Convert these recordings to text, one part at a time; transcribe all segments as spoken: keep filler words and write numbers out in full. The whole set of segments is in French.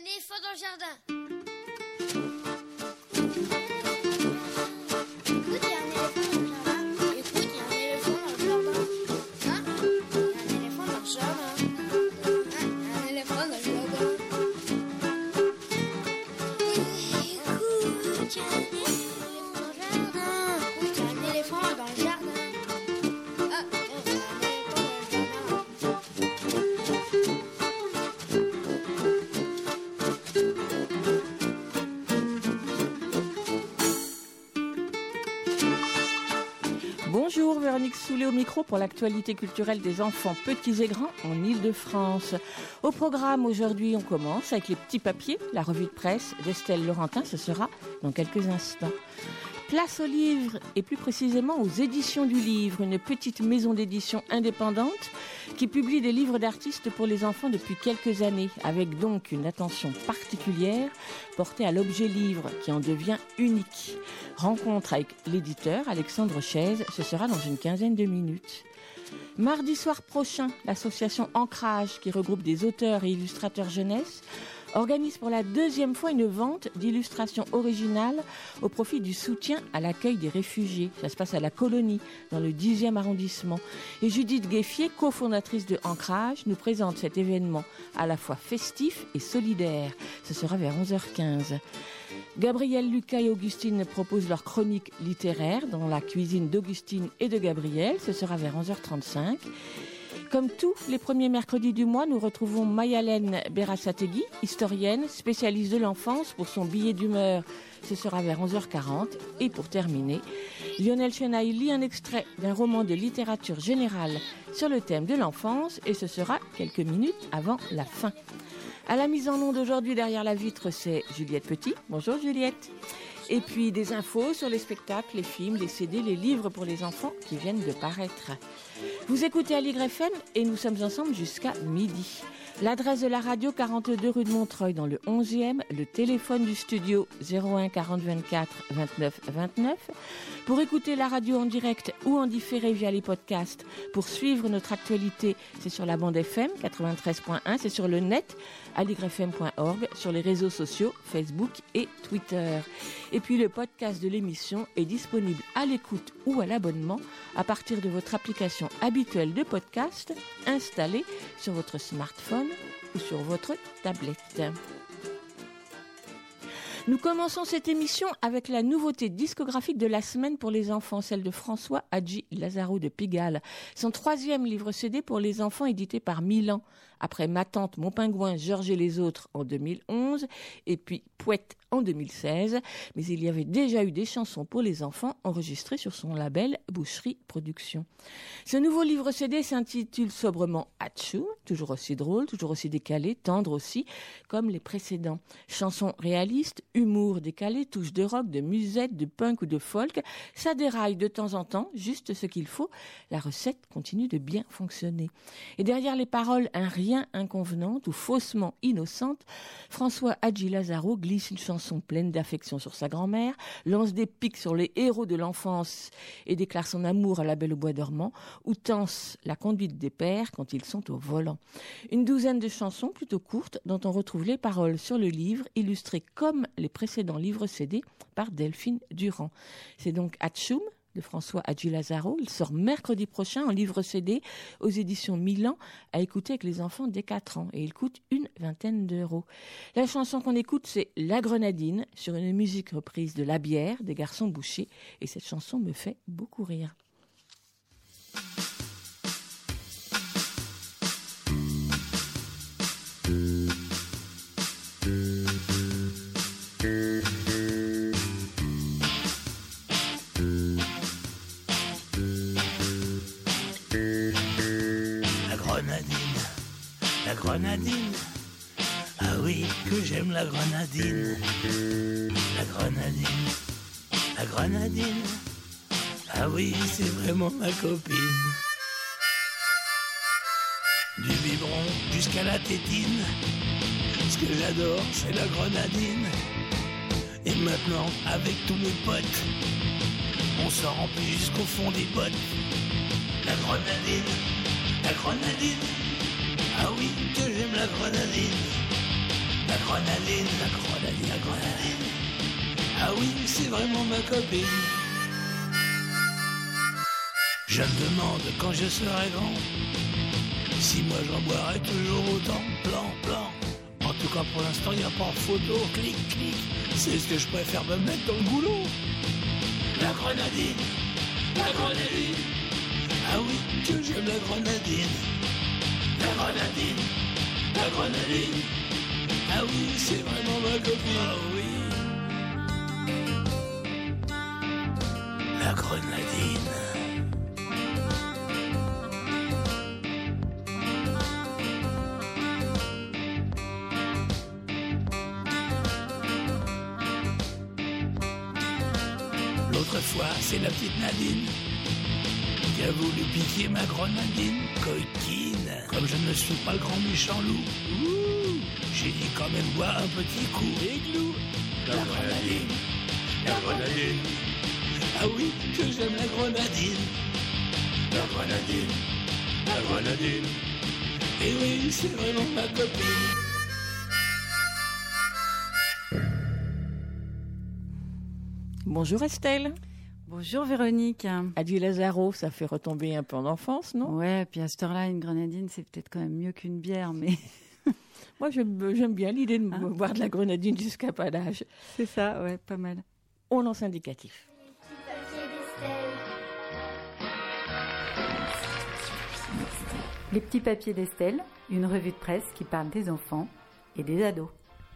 éléphant dans le jardin. Écoute, il y a un éléphant dans le jardin. Écoute, il y a un éléphant dans le jardin. Hein? Il y a un éléphant dans le jardin. Hein? Il y a un éléphant dans le jardin. Écoute, il y a un éléphant dans le jardin. Ah, il y a un éléphant dans le jardin. Bonjour, Véronique Soulet au micro pour l'actualité culturelle des enfants petits et grands en Île-de-France. Au programme aujourd'hui, on commence avec les petits papiers, la revue de presse d'Estelle Laurentin, ce sera dans quelques instants. Place aux livres et plus précisément aux éditions du livre, une petite maison d'édition indépendante qui publie des livres d'artistes pour les enfants depuis quelques années, avec donc une attention particulière portée à l'objet livre qui en devient unique. Rencontre avec l'éditeur Alexandre Chaise, ce sera dans une quinzaine de minutes. Mardi soir prochain, l'association Ancrage, qui regroupe des auteurs et illustrateurs jeunesse, organise pour la deuxième fois une vente d'illustrations originales au profit du soutien à l'accueil des réfugiés. Ça se passe à la Colonie, dans le dixième arrondissement. Et Judith Gueffier, cofondatrice de Ancrage, nous présente cet événement à la fois festif et solidaire. Ce sera vers onze heures quinze. Gabriel, Lucas et Augustine proposent leur chronique littéraire dans la cuisine d'Augustine et de Gabriel. Ce sera vers onze heures trente-cinq. Comme tous les premiers mercredis du mois, nous retrouvons Mayalène Berasategui, historienne, spécialiste de l'enfance, pour son billet d'humeur. Ce sera vers onze heures quarante. Et pour terminer, Lionel Chenaille lit un extrait d'un roman de littérature générale sur le thème de l'enfance et ce sera quelques minutes avant la fin. À la mise en onde aujourd'hui derrière la vitre, c'est Juliette Petit. Bonjour Juliette. Et puis des infos sur les spectacles, les films, les C D, les livres pour les enfants qui viennent de paraître. Vous écoutez Aligre F M et nous sommes ensemble jusqu'à midi. L'adresse de la radio, quarante-deux rue de Montreuil dans le onzième, le téléphone du studio zéro un quarante vingt-quatre vingt-neuf vingt-neuf. Pour écouter la radio en direct ou en différé via les podcasts, pour suivre notre actualité, c'est sur la bande F M quatre-vingt-treize point un, c'est sur le net aligre f m point org, sur les réseaux sociaux Facebook et Twitter. Et puis le podcast de l'émission est disponible à l'écoute ou à l'abonnement à partir de votre application habituelle de podcast installée sur votre smartphone ou sur votre tablette. Nous commençons cette émission avec la nouveauté discographique de la semaine pour les enfants, celle de François Hadji Lazaro de Pigalle. Son troisième livre C D pour les enfants édité par Milan, après Ma tante, mon pingouin, Georges et les autres en deux mille onze, et puis Pouette en deux mille seize. Mais il y avait déjà eu des chansons pour les enfants enregistrées sur son label Boucherie Productions. Ce nouveau livre C D s'intitule sobrement Hatchou, toujours aussi drôle, toujours aussi décalé, tendre aussi, comme les précédents. Chansons réalistes, humour décalé, touche de rock, de musette, de punk ou de folk, ça déraille de temps en temps, juste ce qu'il faut. La recette continue de bien fonctionner. Et derrière les paroles, un rien inconvenante ou faussement innocente, François Hadji Lazaro glisse une chanson pleine d'affection sur sa grand-mère, lance des pics sur les héros de l'enfance et déclare son amour à la Belle au bois dormant, ou tense la conduite des pères quand ils sont au volant. Une douzaine de chansons plutôt courtes dont on retrouve les paroles sur le livre, illustrées comme les précédents livres C D par Delphine Durand. C'est donc Hatchoum de François Hadji Lazaro. Il sort mercredi prochain en livre C D aux éditions Milan, à écouter avec les enfants dès quatre ans, et il coûte une vingtaine d'euros. La chanson qu'on écoute, c'est La Grenadine, sur une musique reprise de La Bière des Garçons Bouchers, et cette chanson me fait beaucoup rire. La grenadine, ah oui, que j'aime la grenadine. La grenadine, la grenadine, ah oui, c'est vraiment ma copine. Du biberon jusqu'à la tétine, ce que j'adore, c'est la grenadine. Et maintenant, avec tous mes potes, on s'en remplit jusqu'au fond des bottes. La grenadine, la grenadine, ah oui, que j'aime la grenadine. La grenadine, la grenadine, la grenadine. Ah oui, c'est vraiment ma copine. Je me demande quand je serai grand si moi j'en boirai toujours autant. Plan, plan. En tout cas pour l'instant il n'y a pas de photo. Clic, clic. C'est ce que je préfère me mettre dans le boulot. La grenadine, la grenadine. Ah oui, que j'aime la grenadine. La grenadine, la grenadine. Ah oui, c'est vraiment ma copine. Ah oui. La grenadine. L'autre fois, c'est la petite Nadine qui a voulu piquer ma grenadine. Coquine, comme je ne suis pas le grand méchant loup, ouh, j'ai dit quand même boire un petit coup. Églou, la, la grenadine, la grenadine. Ah oui, que j'aime la grenadine. La grenadine, la grenadine. Et oui, c'est vraiment ma copine. Bonjour Estelle. Bonjour Véronique. Adi Lazaro, ça fait retomber un peu en enfance, non? Ouais, puis à cette heure-là, une grenadine, c'est peut-être quand même mieux qu'une bière, mais... Moi, j'aime, j'aime bien l'idée de hein? boire de la grenadine jusqu'à pas d'âge. C'est ça, ouais, pas mal. On lance indicatif. Les petits papiers d'Estelle, une revue de presse qui parle des enfants et des ados.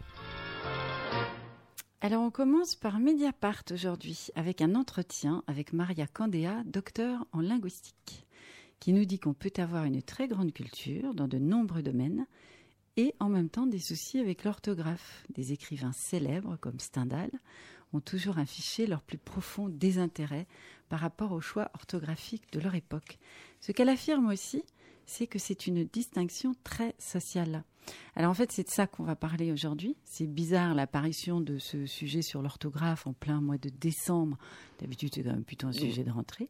Alors on commence par Mediapart aujourd'hui avec un entretien avec Maria Candéa, docteure en linguistique, qui nous dit qu'on peut avoir une très grande culture dans de nombreux domaines et en même temps des soucis avec l'orthographe. Des écrivains célèbres comme Stendhal ont toujours affiché leur plus profond désintérêt par rapport aux choix orthographiques de leur époque. Ce qu'elle affirme aussi, c'est que c'est une distinction très sociale. Alors en fait, c'est de ça qu'on va parler aujourd'hui. C'est bizarre l'apparition de ce sujet sur l'orthographe en plein mois de décembre. D'habitude, c'est quand même plutôt un sujet de rentrée.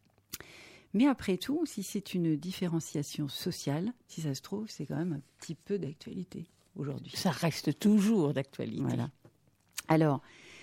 Mais après tout, si c'est une différenciation sociale, si ça se trouve, c'est quand même un petit peu d'actualité aujourd'hui. Ça reste toujours d'actualité. Voilà. Alors,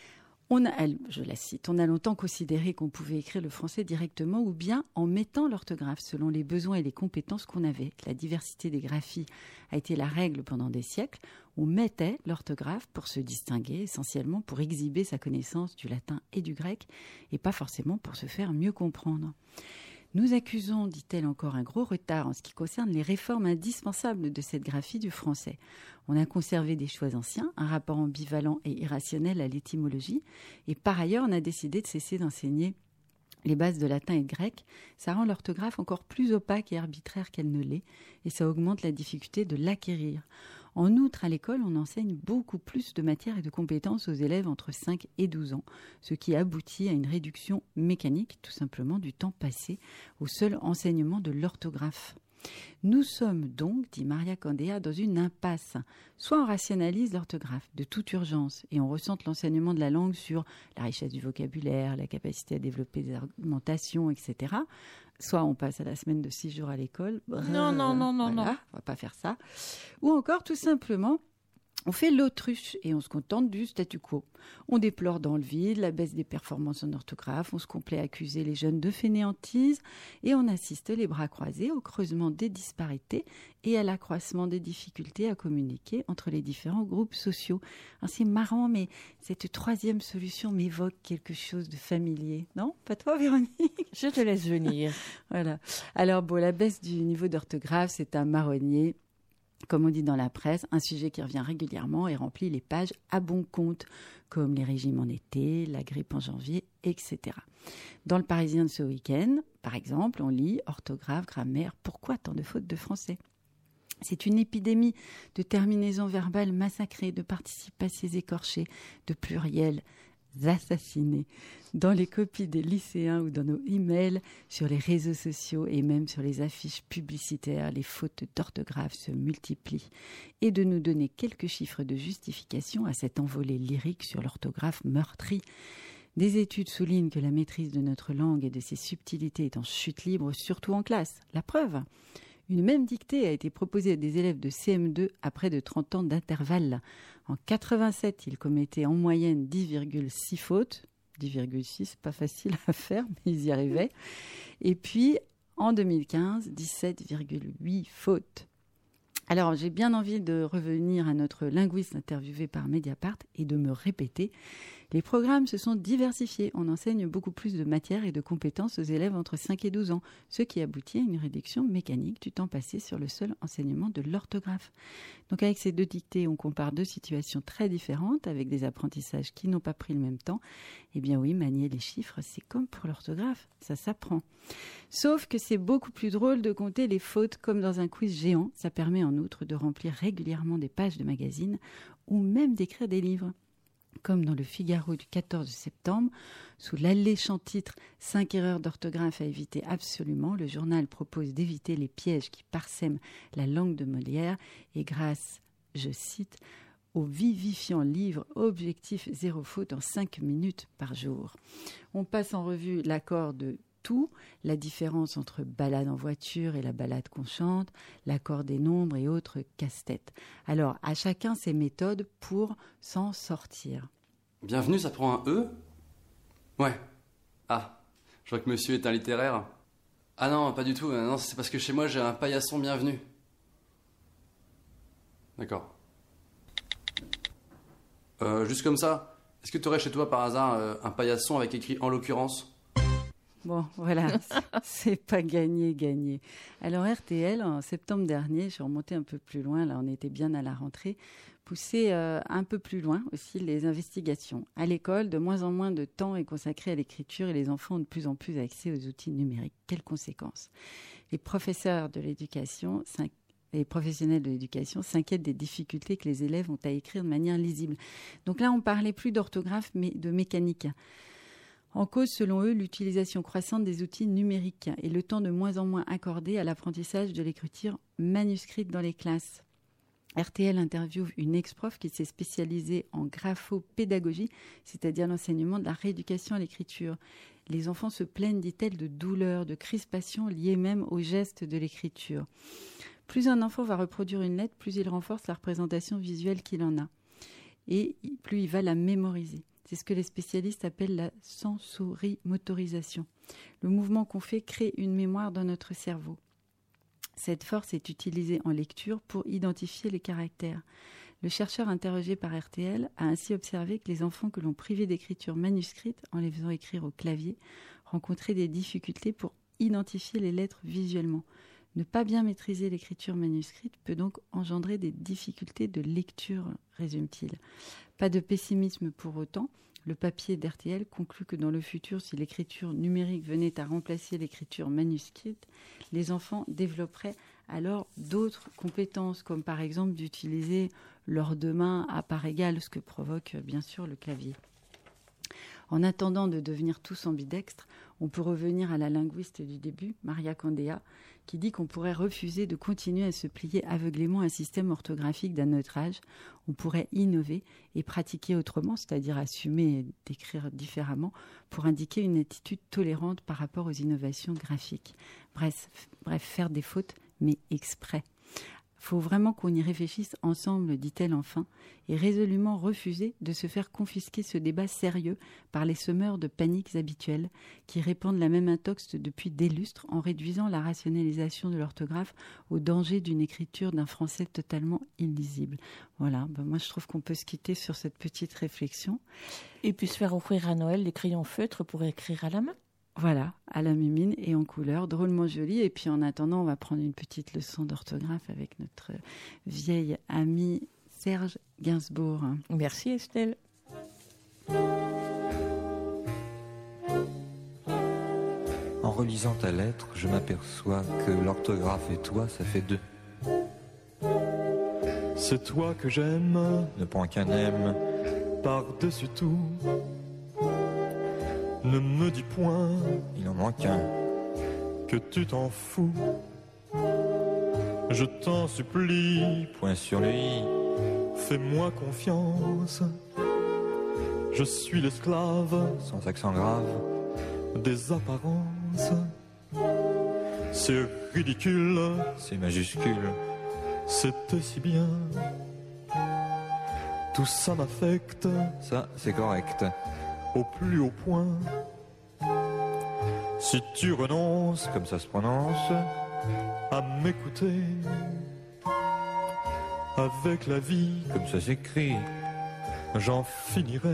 on a, elle, je la cite, on a longtemps considéré qu'on pouvait écrire le français directement ou bien en mettant l'orthographe selon les besoins et les compétences qu'on avait. La diversité des graphies a été la règle pendant des siècles. On mettait l'orthographe pour se distinguer, essentiellement pour exhiber sa connaissance du latin et du grec, et pas forcément pour se faire mieux comprendre. Nous accusons, dit-elle encore, un gros retard en ce qui concerne les réformes indispensables de cette graphie du français. On a conservé des choix anciens, un rapport ambivalent et irrationnel à l'étymologie, et par ailleurs, on a décidé de cesser d'enseigner les bases de latin et de grec. Ça rend l'orthographe encore plus opaque et arbitraire qu'elle ne l'est, et ça augmente la difficulté de l'acquérir. En outre, à l'école, on enseigne beaucoup plus de matières et de compétences aux élèves entre cinq et douze ans, ce qui aboutit à une réduction mécanique, tout simplement, du temps passé au seul enseignement de l'orthographe. Nous sommes donc, dit Maria Candéa, dans une impasse. Soit on rationalise l'orthographe de toute urgence et on recentre l'enseignement de la langue sur la richesse du vocabulaire, la capacité à développer des argumentations, et cetera. Soit on passe à la semaine de six jours à l'école. Non, non, non, non, voilà, non. On va pas faire ça. Ou encore, tout simplement, on fait l'autruche et on se contente du statu quo. On déplore dans le vide la baisse des performances en orthographe, on se complaît à accuser les jeunes de fainéantise et on assiste les bras croisés au creusement des disparités et à l'accroissement des difficultés à communiquer entre les différents groupes sociaux. Alors c'est marrant, mais cette troisième solution m'évoque quelque chose de familier. Non ? Pas toi, Véronique ? Je te laisse venir. Voilà. Alors bon, la baisse du niveau d'orthographe, c'est un marronnier. Comme on dit dans la presse, un sujet qui revient régulièrement et remplit les pages à bon compte, comme les régimes en été, la grippe en janvier, et cetera. Dans le Parisien de ce week-end, par exemple, on lit orthographe, grammaire, pourquoi tant de fautes de français ? C'est une épidémie de terminaisons verbales massacrées, de participes passés écorchés, de pluriels assassinés dans les copies des lycéens ou dans nos emails, sur les réseaux sociaux et même sur les affiches publicitaires. Les fautes d'orthographe se multiplient. Et de nous donner quelques chiffres de justification à cette envolée lyrique sur l'orthographe meurtrie. Des études soulignent que la maîtrise de notre langue et de ses subtilités est en chute libre, surtout en classe. La preuve ? Une même dictée a été proposée à des élèves de C M deux à près de trente ans d'intervalle. En quatre-vingt-sept, ils commettaient en moyenne dix virgule six fautes. dix virgule six, pas facile à faire, mais ils y arrivaient. Et puis, en deux mille quinze, dix-sept virgule huit fautes. Alors, j'ai bien envie de revenir à notre linguiste interviewé par Mediapart et de me répéter. Les programmes se sont diversifiés. On enseigne beaucoup plus de matières et de compétences aux élèves entre cinq et douze ans, ce qui aboutit à une réduction mécanique du temps passé sur le seul enseignement de l'orthographe. Donc avec ces deux dictées, on compare deux situations très différentes avec des apprentissages qui n'ont pas pris le même temps. Eh bien oui, manier les chiffres, c'est comme pour l'orthographe, ça s'apprend. Sauf que c'est beaucoup plus drôle de compter les fautes comme dans un quiz géant. Ça permet en outre de remplir régulièrement des pages de magazines ou même d'écrire des livres. Comme dans le Figaro du quatorze septembre, sous l'alléchant titre « cinq erreurs d'orthographe à éviter absolument », le journal propose d'éviter les pièges qui parsèment la langue de Molière et grâce, je cite, au vivifiant livre Objectif zéro faute en cinq minutes par jour. On passe en revue l'accord de tout, la différence entre balade en voiture et la balade qu'on chante, l'accord des nombres et autres casse-têtes. Alors, à chacun ses méthodes pour s'en sortir. Bienvenue, ça prend un E ? Ouais. Ah, je vois que monsieur est un littéraire. Ah non, pas du tout. Non, c'est parce que chez moi, j'ai un paillasson bienvenu. D'accord. Euh, juste comme ça, est-ce que tu aurais chez toi par hasard euh, un paillasson avec écrit « en l'occurrence » ? Bon, voilà, c'est pas gagné, gagné. Alors R T L, en septembre dernier, je suis remontée un peu plus loin, là on était bien à la rentrée, poussait euh, un peu plus loin aussi les investigations. À l'école, de moins en moins de temps est consacré à l'écriture et les enfants ont de plus en plus accès aux outils numériques. Quelles conséquences ? Les professeurs de l'éducation, les professionnels de l'éducation s'inquiètent des difficultés que les élèves ont à écrire de manière lisible. Donc là, on parlait plus d'orthographe, mais de mécanique. En cause, selon eux, l'utilisation croissante des outils numériques et le temps de moins en moins accordé à l'apprentissage de l'écriture manuscrite dans les classes. R T L interviewe une ex-prof qui s'est spécialisée en graphopédagogie, c'est-à-dire l'enseignement de la rééducation à l'écriture. Les enfants se plaignent, dit-elle, de douleurs, de crispations liées même au geste de l'écriture. Plus un enfant va reproduire une lettre, plus il renforce la représentation visuelle qu'il en a. Et plus il va la mémoriser. C'est ce que les spécialistes appellent la sensorimotorisation. Le mouvement qu'on fait crée une mémoire dans notre cerveau. Cette force est utilisée en lecture pour identifier les caractères. Le chercheur interrogé par R T L a ainsi observé que les enfants que l'on privait d'écriture manuscrite en les faisant écrire au clavier rencontraient des difficultés pour identifier les lettres visuellement. Ne pas bien maîtriser l'écriture manuscrite peut donc engendrer des difficultés de lecture, résume-t-il. Pas de pessimisme pour autant. Le papier d'R T L conclut que dans le futur, si l'écriture numérique venait à remplacer l'écriture manuscrite, les enfants développeraient alors d'autres compétences, comme par exemple d'utiliser leurs deux mains à part égale, ce que provoque bien sûr le clavier. En attendant de devenir tous ambidextres, on peut revenir à la linguiste du début, Maria Candéa, qui dit qu'on pourrait refuser de continuer à se plier aveuglément à un système orthographique d'un autre âge. On pourrait innover et pratiquer autrement, c'est-à-dire assumer et d'écrire différemment, pour indiquer une attitude tolérante par rapport aux innovations graphiques. Bref, bref faire des fautes, mais exprès. Il faut vraiment qu'on y réfléchisse ensemble, dit-elle enfin, et résolument refuser de se faire confisquer ce débat sérieux par les semeurs de paniques habituelles qui répandent la même intox depuis des lustres en réduisant la rationalisation de l'orthographe au danger d'une écriture d'un français totalement illisible. Voilà, ben moi je trouve qu'on peut se quitter sur cette petite réflexion. Et puis se faire offrir à Noël des crayons feutres pour écrire à la main. Voilà, à la mimine et en couleur, drôlement joli. Et puis en attendant, on va prendre une petite leçon d'orthographe avec notre vieil ami Serge Gainsbourg. Merci Estelle. En relisant ta lettre, je m'aperçois que l'orthographe et toi, ça fait deux. C'est toi que j'aime, Ne prends qu'un M. par-dessus tout. Ne me dis point Il en manque un. que tu t'en fous. Je t'en supplie, Point sur le I. fais-moi confiance. Je suis l'esclave Sans accent grave. des apparences. c'est ridicule, c'est majuscule, c'était si bien. Tout ça m'affecte, ça c'est correct. au plus haut point. Si tu renonces, Comme ça se prononce, à m'écouter, avec la vie, comme ça s'écrit, j'en finirai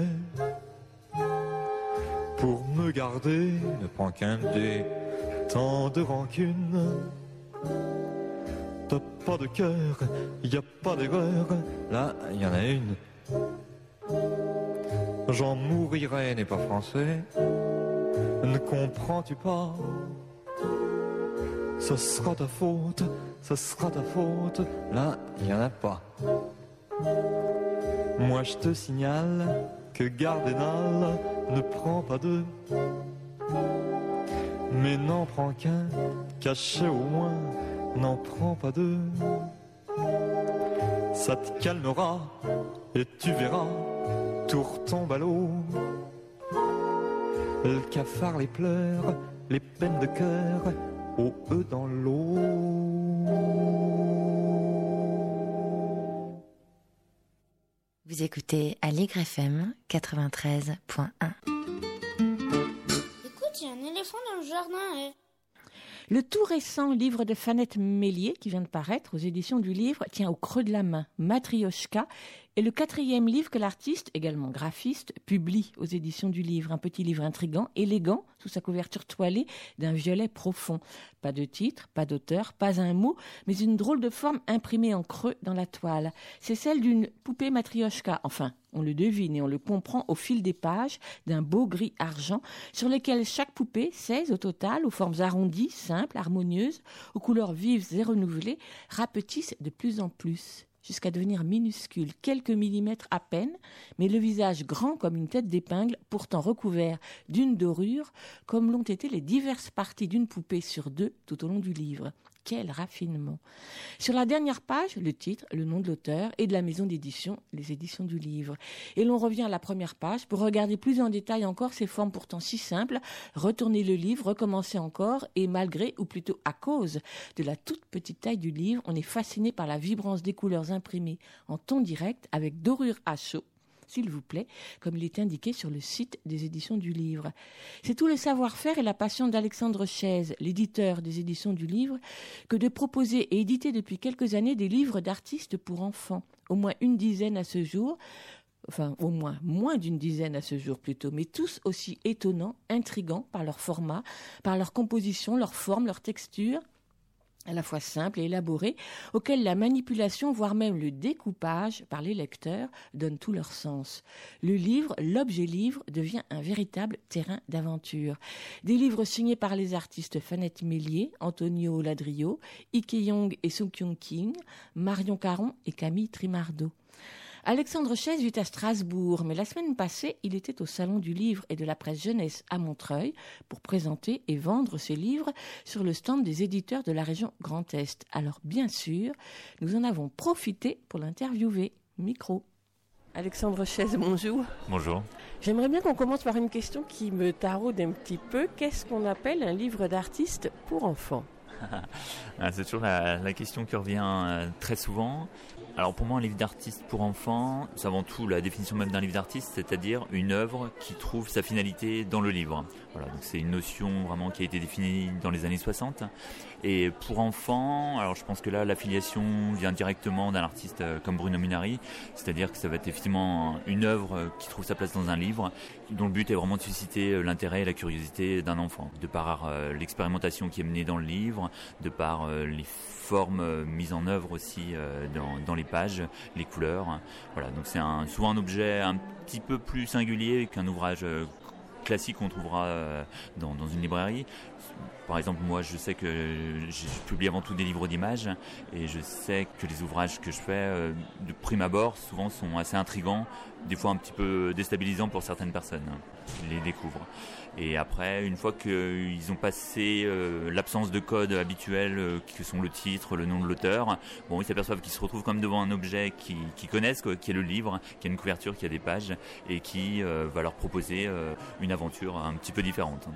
pour me garder ne prends qu'un dé. tant de rancune. T'as pas de cœur, y a pas d'erreur, Là, il y en a une. j'en mourrai, n'est pas français, ne comprends-tu pas? Ce sera ta faute, ce sera ta faute. là, il y en a pas. Moi je te signale que Gardénal ne prend pas deux, mais n'en prend qu'un, caché au moins, n'en prend pas deux. Ça te calmera et tu verras, tout retombe à l'eau. Le cafard, les pleurs, les peines de cœur, au E dans l'eau. Vous écoutez Allegre F M quatre-vingt-treize point un. Écoute, il y a un éléphant dans le jardin. Et... Le tout récent livre de Fanette Mélier, qui vient de paraître aux éditions du Livre, tient au creux de la main Matrioshka, est le quatrième livre que l'artiste, également graphiste, publie aux éditions du Livre. Un petit livre intrigant, élégant, sous sa couverture toilée d'un violet profond. Pas de titre, pas d'auteur, pas un mot, mais une drôle de forme imprimée en creux dans la toile. C'est celle d'une poupée Matrioshka, enfin, on le devine et on le comprend au fil des pages d'un beau gris argent sur lequel chaque poupée, seize au total, aux formes arrondies, simples, harmonieuses, aux couleurs vives et renouvelées, rapetissent de plus en plus, jusqu'à devenir minuscules, quelques millimètres à peine, mais le visage grand comme une tête d'épingle, pourtant recouvert d'une dorure, comme l'ont été les diverses parties d'une poupée sur deux tout au long du livre. Quel raffinement! Sur la dernière page, le titre, le nom de l'auteur et de la maison d'édition, les éditions du Livre. Et l'on revient à la première page pour regarder plus en détail encore ces formes pourtant si simples, retourner le livre, recommencer encore, et malgré, ou plutôt à cause de la toute petite taille du livre, on est fasciné par la vibrance des couleurs imprimées en ton direct avec dorure à chaud, s'il vous plaît, comme il est indiqué sur le site des éditions du Livre. C'est tout le savoir-faire et la passion d'Alexandre Chaise, l'éditeur des éditions du Livre, que de proposer et éditer depuis quelques années des livres d'artistes pour enfants, au moins une dizaine à ce jour, enfin au moins moins d'une dizaine à ce jour plutôt, mais tous aussi étonnants, intrigants par leur format, par leur composition, leur forme, leur texture, à la fois simple et élaboré, auquel la manipulation, voire même le découpage par les lecteurs, donne tout leur sens. Le livre, l'objet livre, devient un véritable terrain d'aventure. Des livres signés par les artistes Fanette Mélier, Antonio Ladrio, Ike Young et Sung Kyung Kim, Marion Caron et Camille Trimardo. Alexandre Chaise vit à Strasbourg, mais la semaine passée, il était au Salon du Livre et de la Presse Jeunesse à Montreuil pour présenter et vendre ses livres sur le stand des éditeurs de la région Grand Est. Alors, bien sûr, nous en avons profité pour l'interviewer. Micro. Alexandre Chaise, bonjour. Bonjour. J'aimerais bien qu'on commence par une question qui me taraude un petit peu. Qu'est-ce qu'on appelle un livre d'artiste pour enfants ? C'est toujours la, la question qui revient euh, très souvent. Alors pour moi, un livre d'artiste pour enfants, c'est avant tout la définition même d'un livre d'artiste, c'est-à-dire une œuvre qui trouve sa finalité dans le livre. Voilà, donc c'est une notion vraiment qui a été définie dans les années soixante. Et pour enfants, alors je pense que là, l'affiliation vient directement d'un artiste comme Bruno Munari, c'est-à-dire que ça va être effectivement une œuvre qui trouve sa place dans un livre, dont le but est vraiment de susciter l'intérêt et la curiosité d'un enfant, de par euh, l'expérimentation qui est menée dans le livre, de par euh, les formes euh, mises en œuvre aussi euh, dans, dans les pages, les couleurs. Voilà, donc c'est un, souvent un objet un petit peu plus singulier qu'un ouvrage euh, classique qu'on trouvera euh, dans, dans une librairie. Par exemple, moi, je sais que je publie avant tout des livres d'images et je sais que les ouvrages que je fais, euh, de prime abord, souvent sont assez intrigants, des fois un petit peu déstabilisants pour certaines personnes qui les découvrent. Et après, une fois qu'ils ont passé euh, l'absence de code habituel, euh, que sont le titre, le nom de l'auteur, bon, ils s'aperçoivent qu'ils se retrouvent comme devant un objet qu'ils, qu'ils connaissent, quoi, qui est le livre, qui a une couverture, qui a des pages, et qui euh, va leur proposer euh, une aventure un petit peu différente, en tout cas.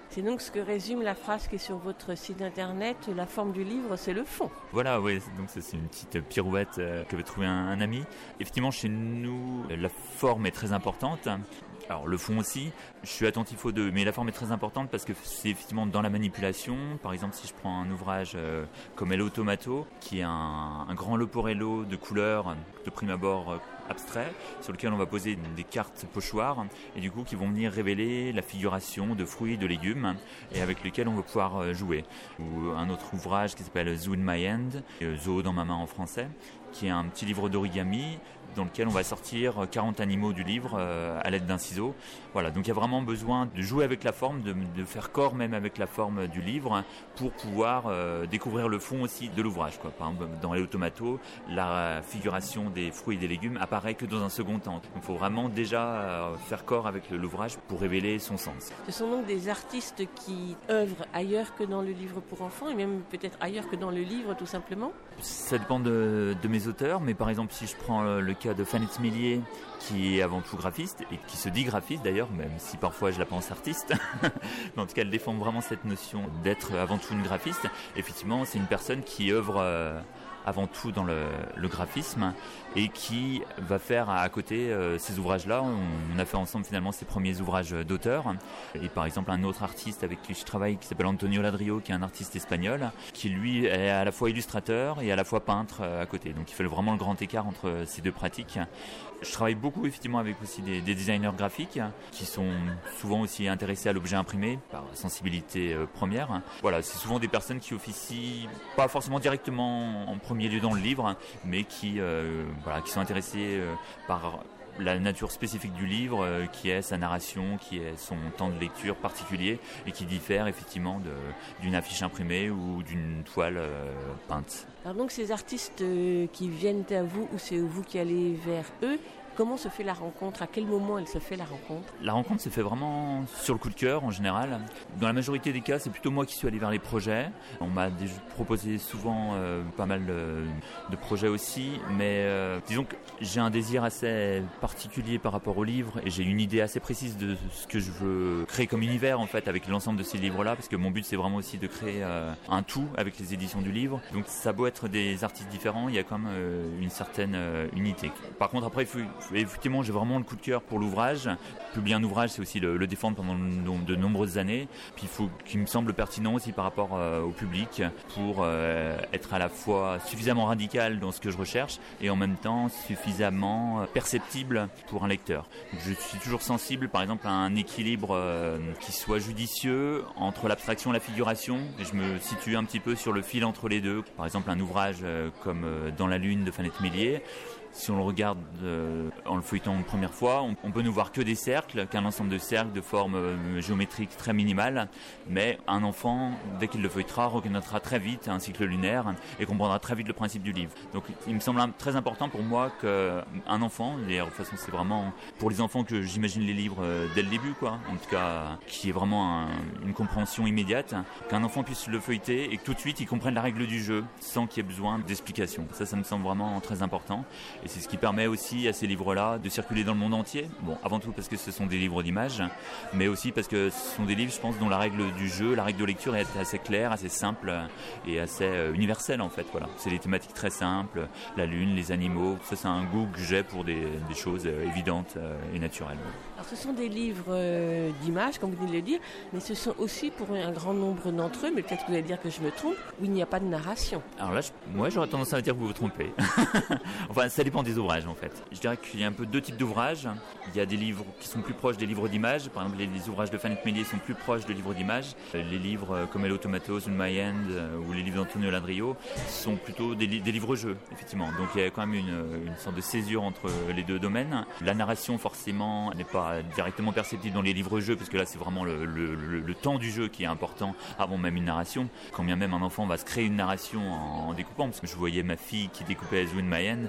C'est donc ce que résume la phrase qui est sur votre site internet, la forme du livre, c'est le fond. Voilà, oui, donc ça, c'est une petite pirouette euh, qu'avait trouvé un, un ami. Effectivement, chez nous, la forme est très importante. Alors le fond aussi, je suis attentif aux deux, mais la forme est très importante parce que c'est effectivement dans la manipulation. Par exemple, si je prends un ouvrage euh, comme Hello Tomato, qui est un, un grand leporello de couleurs, de prime abord euh, abstrait, sur lequel on va poser des cartes pochoirs, et du coup qui vont venir révéler la figuration de fruits, de légumes, et avec lesquels on va pouvoir euh, jouer. Ou un autre ouvrage qui s'appelle Zoo in My Hand, euh, Zoo dans ma main en français, qui est un petit livre d'origami, dans lequel on va sortir quarante animaux du livre euh, à l'aide d'un ciseau. Voilà, donc il y a vraiment besoin de jouer avec la forme, de, de faire corps même avec la forme du livre pour pouvoir euh, découvrir le fond aussi de l'ouvrage, quoi. Par exemple, dans Hello Tomato, la figuration des fruits et des légumes apparaît que dans un second temps. Donc il faut vraiment déjà euh, faire corps avec l'ouvrage pour révéler son sens. Ce sont donc des artistes qui œuvrent ailleurs que dans le livre pour enfants et même peut-être ailleurs que dans le livre tout simplement. Ça dépend de, de mes auteurs, mais par exemple si je prends le cas de Fanette Millier, qui est avant tout graphiste et qui se dit graphiste d'ailleurs, même si parfois je la pense artiste. Mais en tout cas, elle défend vraiment cette notion d'être avant tout une graphiste. Effectivement, c'est une personne qui œuvre euh, avant tout dans le, le graphisme et qui va faire à côté euh, ces ouvrages-là. On, on a fait ensemble finalement ses premiers ouvrages d'auteur. Et par exemple, un autre artiste avec qui je travaille qui s'appelle Antonio Ladrio, qui est un artiste espagnol, qui lui est à la fois illustrateur et à la fois peintre euh, à côté. Donc il fait vraiment le grand écart entre ces deux pratiques. Je travaille beaucoup effectivement avec aussi des, des designers graphiques qui sont souvent aussi intéressés à l'objet imprimé par sensibilité euh, première. Voilà, c'est souvent des personnes qui officient pas forcément directement en premier lieu dans le livre, mais qui, euh, voilà, qui sont intéressés euh, par la nature spécifique du livre, euh, qui est sa narration, qui est son temps de lecture particulier et qui diffère effectivement de, d'une affiche imprimée ou d'une toile euh, peinte. Alors donc ces artistes euh, qui viennent à vous ou c'est vous qui allez vers eux, comment se fait la rencontre? À quel moment elle se fait la rencontre? La rencontre se fait vraiment sur le coup de cœur en général. Dans la majorité des cas, c'est plutôt moi qui suis allé vers les projets. On m'a déjà proposé souvent euh, pas mal de, de projets aussi, mais euh, disons que j'ai un désir assez particulier par rapport au livre et j'ai une idée assez précise de ce que je veux créer comme univers en fait avec l'ensemble de ces livres-là, parce que mon but c'est vraiment aussi de créer euh, un tout avec les éditions du livre. Donc ça a beau être des artistes différents, il y a quand même euh, une certaine euh, unité. Par contre après, il faut effectivement, j'ai vraiment le coup de cœur pour l'ouvrage. Publier un ouvrage, c'est aussi le, le défendre pendant de nombreuses années. Puis il faut qu'il me semble pertinent aussi par rapport euh, au public pour euh, être à la fois suffisamment radical dans ce que je recherche et en même temps suffisamment perceptible pour un lecteur. Donc, je suis toujours sensible, par exemple, à un équilibre euh, qui soit judicieux entre l'abstraction et la figuration. Et je me situe un petit peu sur le fil entre les deux. Par exemple, un ouvrage euh, comme euh, Dans la Lune de Fanette Millier. Si on le regarde euh, en le feuilletant une première fois, on, on peut ne voir que des cercles, qu'un ensemble de cercles de forme euh, géométrique très minimale, mais un enfant, dès qu'il le feuilletera, reconnaîtra très vite un cycle lunaire et comprendra très vite le principe du livre. Donc il me semble très important pour moi qu'un enfant, d'ailleurs de toute façon c'est vraiment pour les enfants que j'imagine les livres euh, dès le début, quoi, en tout cas qui est vraiment un, une compréhension immédiate, qu'un enfant puisse le feuilleter et que tout de suite il comprenne la règle du jeu sans qu'il y ait besoin d'explication. Ça, ça me semble vraiment très important. Et c'est ce qui permet aussi à ces livres-là de circuler dans le monde entier. Bon, avant tout parce que ce sont des livres d'images, mais aussi parce que ce sont des livres, je pense, dont la règle du jeu, la règle de lecture est assez claire, assez simple et assez euh, universelle en fait. Voilà, c'est des thématiques très simples, la lune, les animaux. Ça, c'est un goût que j'ai pour des, des choses euh, évidentes euh, et naturelles. Alors, ce sont des livres euh, d'images, comme vous venez de le dire, mais ce sont aussi pour un grand nombre d'entre eux, mais peut-être que vous allez dire que je me trompe, où il n'y a pas de narration. Alors là, je, moi, j'aurais tendance à dire que vous vous trompez. Enfin, ça dépend des ouvrages en fait. Je dirais qu'il y a un peu deux types d'ouvrages. Il y a des livres qui sont plus proches des livres d'images. Par exemple, les, les ouvrages de Fanette Millier sont plus proches de livres d'images. Les livres comme Hello Tomato, In My Hand euh, ou les livres d'Antonio Ladrio sont plutôt des, li- des livres-jeux, effectivement. Donc il y a quand même une, une sorte de césure entre les deux domaines. La narration, forcément, n'est pas directement perceptible dans les livres-jeux, parce que là, c'est vraiment le, le, le, le temps du jeu qui est important avant même une narration. Quand bien même un enfant va se créer une narration en, en découpant, parce que je voyais ma fille qui découpait Zoo in My Hand, son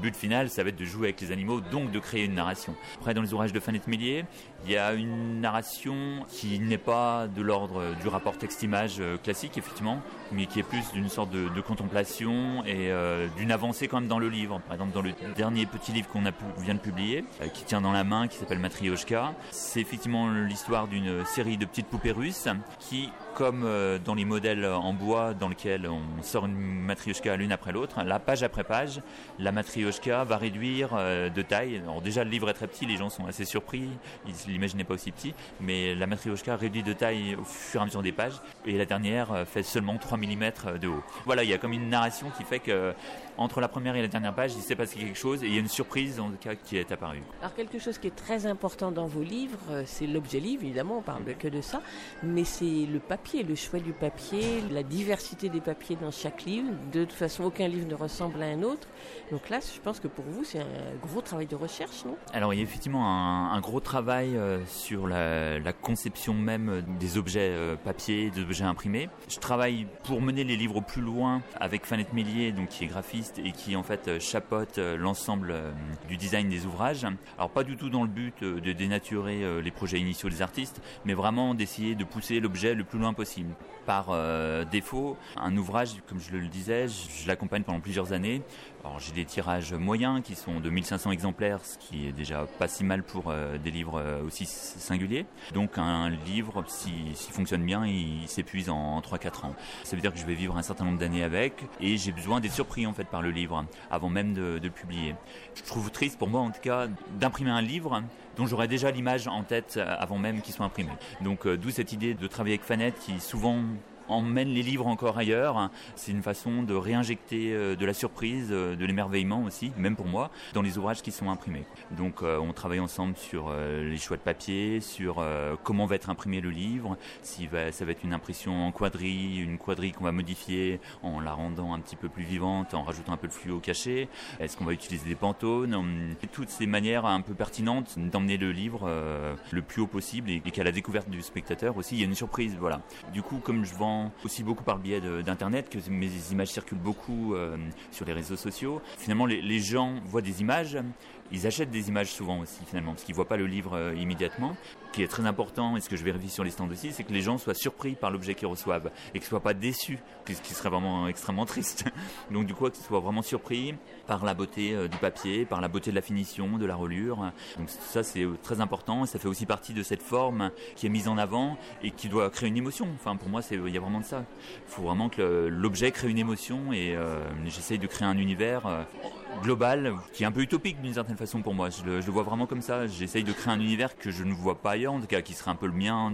but final, ça va être de jouer avec les animaux, donc de créer une narration. Après, dans les ouvrages de Fanette Méliès, il y a une narration qui n'est pas de l'ordre du rapport texte-image classique, effectivement, mais qui est plus d'une sorte de, de contemplation et euh, d'une avancée quand même dans le livre. Par exemple, dans le dernier petit livre qu'on a pu, vient de publier, euh, qui tient dans la main, qui s'appelle Matrioshka, c'est effectivement l'histoire d'une série de petites poupées russes qui, comme euh, dans les modèles en bois dans lesquels on sort une matrioshka l'une après l'autre, la page après page, la matrioshka va réduire euh, de taille. Alors déjà, le livre est très petit, les gens sont assez surpris, ils ne l'imaginaient pas aussi petit, mais la matrioshka réduit de taille au fur et à mesure des pages, et la dernière euh, fait seulement trois millimètres de haut. Voilà, il y a comme une narration qui fait que entre la première et la dernière page, il s'est passé quelque chose, et il y a une surprise en tout cas qui est apparue. Alors quelque chose qui est très important dans vos livres, c'est l'objet livre, évidemment, on parle que de ça, mais c'est le papier, le choix du papier, la diversité des papiers dans chaque livre. De toute façon, aucun livre ne ressemble à un autre. Donc là, je pense que pour vous, c'est un gros travail de recherche, non ? Alors, il y a effectivement un, un gros travail euh, sur la, la conception même des objets euh, papier, des objets imprimés. Je travaille pour mener les livres au plus loin avec Fanette Méliès, donc qui est graphiste et qui en fait chapeaute euh, l'ensemble euh, du design des ouvrages. Alors, pas du tout dans le but euh, de dénaturer euh, les projets initiaux des artistes, mais vraiment d'essayer de pousser l'objet le plus loin possible. Par euh, défaut, un ouvrage, comme je le disais, je, je l'accompagne pendant plusieurs années. Alors, j'ai des tirages moyens qui sont de mille cinq cents exemplaires, ce qui est déjà pas si mal pour euh, des livres euh, aussi singuliers. Donc un livre, s'il si fonctionne bien, il, il s'épuise en, en trois à quatre ans. Ça veut dire que je vais vivre un certain nombre d'années avec, et j'ai besoin d'être surpris en fait par le livre, avant même de, de le publier. Je trouve triste pour moi en tout cas d'imprimer un livre dont j'aurais déjà l'image en tête avant même qu'il soit imprimé. Donc euh, d'où cette idée de travailler avec Fanette qui souvent emmène les livres encore ailleurs. C'est une façon de réinjecter de la surprise, de l'émerveillement aussi, même pour moi, dans les ouvrages qui sont imprimés. Donc euh, on travaille ensemble sur euh, les choix de papier, sur euh, comment va être imprimé le livre, si va, ça va être une impression en quadrille, une quadrille qu'on va modifier en la rendant un petit peu plus vivante, en rajoutant un peu de fluo caché, est-ce qu'on va utiliser des pantones, et toutes ces manières un peu pertinentes d'emmener le livre euh, le plus haut possible et, et qu'à la découverte du spectateur aussi, il y a une surprise. Voilà. Du coup, comme je vends aussi beaucoup par le biais de, d'internet, que mes images circulent beaucoup euh, sur les réseaux sociaux. Finalement, les, les gens voient des images, ils achètent des images souvent aussi finalement, parce qu'ils ne voient pas le livre euh, immédiatement. Ce qui est très important, et ce que je vérifie sur les stands aussi, c'est que les gens soient surpris par l'objet qu'ils reçoivent et qu'ils ne soient pas déçus, ce qui serait vraiment extrêmement triste. Donc du coup, qu'ils soient vraiment surpris par la beauté euh, du papier, par la beauté de la finition, de la reliure. Donc ça, c'est très important, et ça fait aussi partie de cette forme qui est mise en avant et qui doit créer une émotion. Enfin, pour moi, c'est, il y a vraiment de ça. Il faut vraiment que le, l'objet crée une émotion, et euh, j'essaye de créer un univers euh, global qui est un peu utopique d'une certaine façon pour moi. Je le, je le vois vraiment comme ça. J'essaye de créer un univers que je ne vois pas ailleurs, en tout cas qui serait un peu le mien,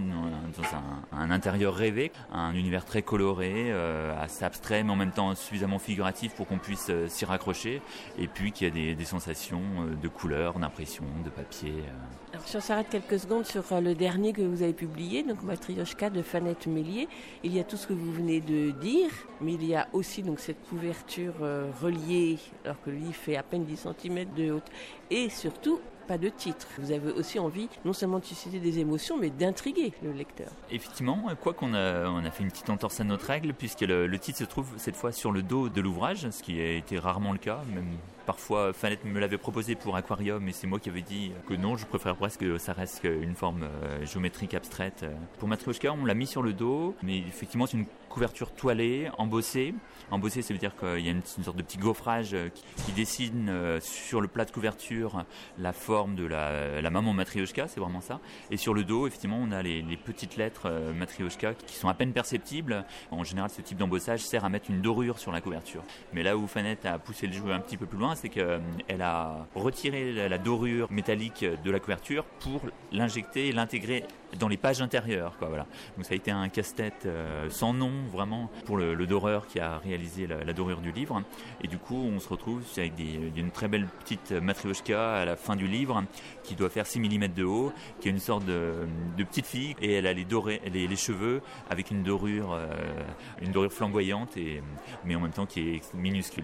dans un, un intérieur rêvé, un univers très coloré, euh, assez abstrait, mais en même temps suffisamment figuratif pour qu'on puisse euh, s'y raccrocher, et puis qu'il y a des, des sensations euh, de couleurs, d'impression, de papier. Euh. Alors si on s'arrête quelques secondes sur euh, le dernier que vous avez publié, donc Matrioshka de Fanette Méliès, il y a tout ce que vous venez de dire, mais il y a aussi donc cette couverture euh, reliée, alors que le livre fait à peine dix centimètres de haute, et surtout pas de titre. Vous avez aussi envie non seulement de susciter des émotions, mais d'intriguer le lecteur. Effectivement, quoi qu'on a, on a fait une petite entorse à notre règle, puisque le, le titre se trouve cette fois sur le dos de l'ouvrage, ce qui a été rarement le cas, même parfois Fanette me l'avait proposé pour Aquarium, et c'est moi qui avais dit que non, je préfère presque que ça reste une forme euh, géométrique abstraite. Pour Matrioshka, on l'a mis sur le dos, mais effectivement c'est une couverture toilée, embossée. Embossée, ça veut dire qu'il y a une, une sorte de petit gaufrage qui, qui dessine euh, sur le plat de couverture la forme de la, la maman Matrioshka, c'est vraiment ça. Et sur le dos, effectivement, on a les, les petites lettres euh, Matrioshka qui sont à peine perceptibles. En général, ce type d'embossage sert à mettre une dorure sur la couverture. Mais là où Fanette a poussé le jeu un petit peu plus loin, c'est qu'elle a retiré la, la dorure métallique de la couverture pour l'injecter et l'intégrer dans les pages intérieures, quoi, voilà. Donc ça a été un casse-tête euh, sans nom, vraiment, pour le, le doreur qui a réalisé la, la dorure du livre. Et du coup, on se retrouve avec des, une très belle petite matrioshka à la fin du livre, qui doit faire six millimètres de haut, qui est une sorte de, de petite fille, et elle a les, dorés, les, les cheveux avec une dorure, euh, une dorure flamboyante, et, mais en même temps qui est minuscule.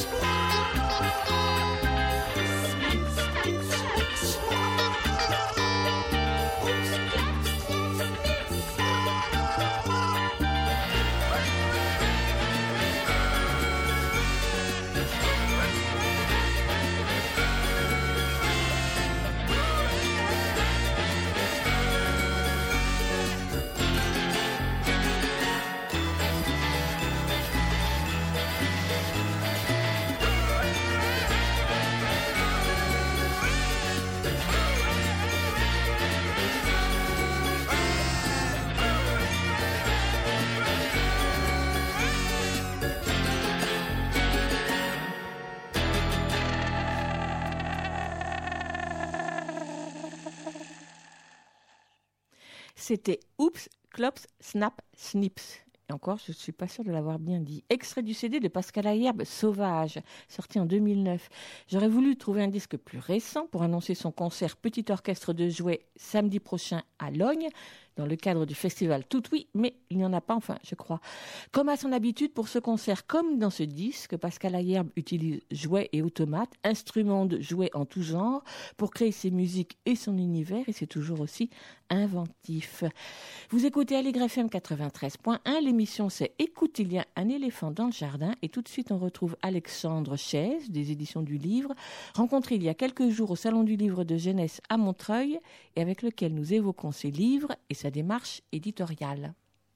C'était Oups, Clops, Snap, Snips. Et encore, je ne suis pas sûre de l'avoir bien dit. Extrait du C D de Pascal Ayerbe, Sauvage, sorti en deux mille neuf. J'aurais voulu trouver un disque plus récent pour annoncer son concert Petit Orchestre de Jouets samedi prochain à Lognes, dans le cadre du festival Tout Oui, mais il n'y en a pas, enfin, je crois. Comme à son habitude, pour ce concert, comme dans ce disque, Pascal Ayerbe utilise jouets et automates, instruments de jouets en tout genre, pour créer ses musiques et son univers, et c'est toujours aussi inventif. Vous écoutez Allegre F M quatre-vingt-treize point un, l'émission c'est Écoute, il y a un éléphant dans le jardin, et tout de suite on retrouve Alexandre Chaise, des éditions du Livre, rencontré il y a quelques jours au Salon du Livre de Jeunesse à Montreuil, et avec lequel nous évoquons ses livres et sa démarche éditoriale.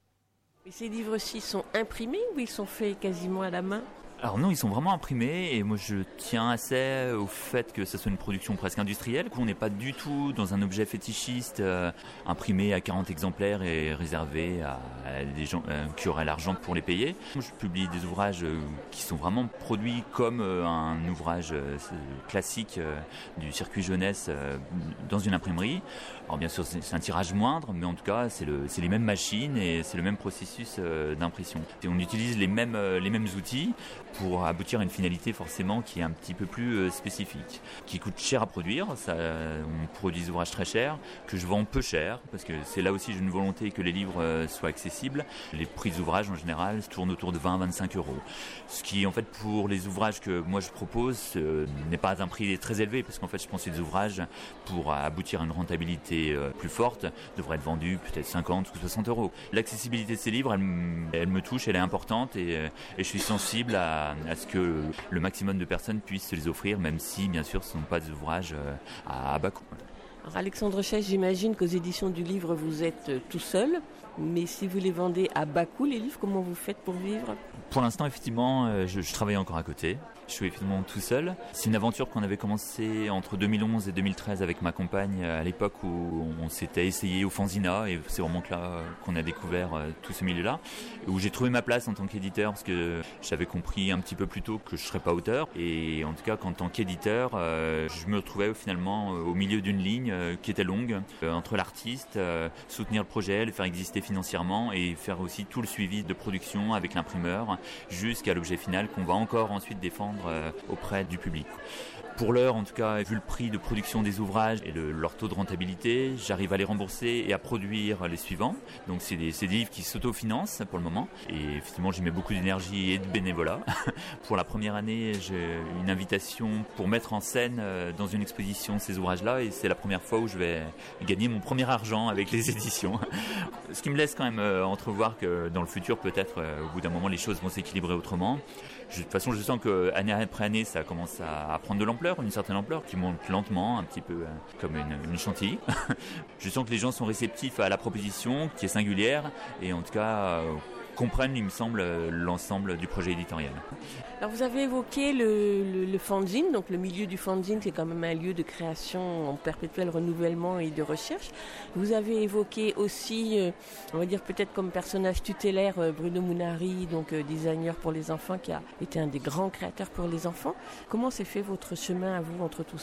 Et ces livres-ci sont imprimés ou ils sont faits quasiment à la main ? Alors non, ils sont vraiment imprimés et moi je tiens assez au fait que ça soit une production presque industrielle, qu'on n'est pas du tout dans un objet fétichiste euh, imprimé à quarante exemplaires et réservé à, à des gens euh, qui auraient l'argent pour les payer. Moi, je publie des ouvrages euh, qui sont vraiment produits comme euh, un ouvrage euh, classique euh, du circuit jeunesse euh, dans une imprimerie. Alors bien sûr c'est, c'est un tirage moindre, mais en tout cas c'est, le, c'est les mêmes machines et c'est le même processus euh, d'impression. Et on utilise les mêmes, euh, les mêmes outils pour aboutir à une finalité forcément qui est un petit peu plus euh, spécifique, qui coûte cher à produire. Ça, on produit des ouvrages très chers, que je vends peu cher, parce que c'est là aussi j'ai une volonté que les livres euh, soient accessibles. Les prix des ouvrages en général se tournent autour de vingt à vingt-cinq euros. Ce qui en fait pour les ouvrages que moi je propose euh, n'est pas un prix très élevé, parce qu'en fait je pense que ces ouvrages, pour aboutir à une rentabilité euh, plus forte, devraient être vendus peut-être cinquante ou soixante euros. L'accessibilité de ces livres, elle, m- elle me touche, elle est importante et, euh, et je suis sensible à à ce que le maximum de personnes puissent se les offrir, même si, bien sûr, ce ne sont pas des ouvrages à bas coût. Alors Alexandre Chaise, j'imagine qu'aux éditions du Livre, vous êtes tout seul, mais si vous les vendez à bas coût, les livres, comment vous faites pour vivre ? Pour l'instant, effectivement, je, je travaille encore à côté. Je suis effectivement tout seul. C'est une aventure qu'on avait commencé entre deux mille onze et deux mille treize avec ma compagne, à l'époque où on s'était essayé au Fanzina, et c'est vraiment que là qu'on a découvert tout ce milieu-là, où j'ai trouvé ma place en tant qu'éditeur, parce que j'avais compris un petit peu plus tôt que je ne serais pas auteur, et en tout cas qu'en tant qu'éditeur, je me retrouvais finalement au milieu d'une ligne qui était longue, entre l'artiste, soutenir le projet, le faire exister financièrement, et faire aussi tout le suivi de production avec l'imprimeur, jusqu'à l'objet final qu'on va encore ensuite défendre auprès du public. Pour l'heure, en tout cas, vu le prix de production des ouvrages et le, leur taux de rentabilité, j'arrive à les rembourser et à produire les suivants. Donc c'est des, c'est des livres qui s'autofinancent pour le moment. Et effectivement, j'y mets beaucoup d'énergie et de bénévolat. Pour la première année, j'ai une invitation pour mettre en scène dans une exposition ces ouvrages-là, et c'est la première fois où je vais gagner mon premier argent avec les éditions. Ce qui me laisse quand même entrevoir que dans le futur, peut-être, au bout d'un moment, les choses vont s'équilibrer autrement. Je, de toute façon, je sens qu'année après année, ça commence à, à prendre de l'ampleur, une certaine ampleur, qui monte lentement, un petit peu euh, comme une, une chantilly. Je sens que les gens sont réceptifs à la proposition, qui est singulière, et en tout cas euh, comprennent, il me semble, l'ensemble du projet éditorial. Alors vous avez évoqué le, le, le fanzine, donc le milieu du fanzine, c'est quand même un lieu de création en perpétuel renouvellement et de recherche. Vous avez évoqué aussi, euh, on va dire peut-être comme personnage tutélaire, euh, Bruno Munari, donc euh, designer pour les enfants, qui a été un des grands créateurs pour les enfants. Comment s'est fait votre chemin à vous entre tout ça ?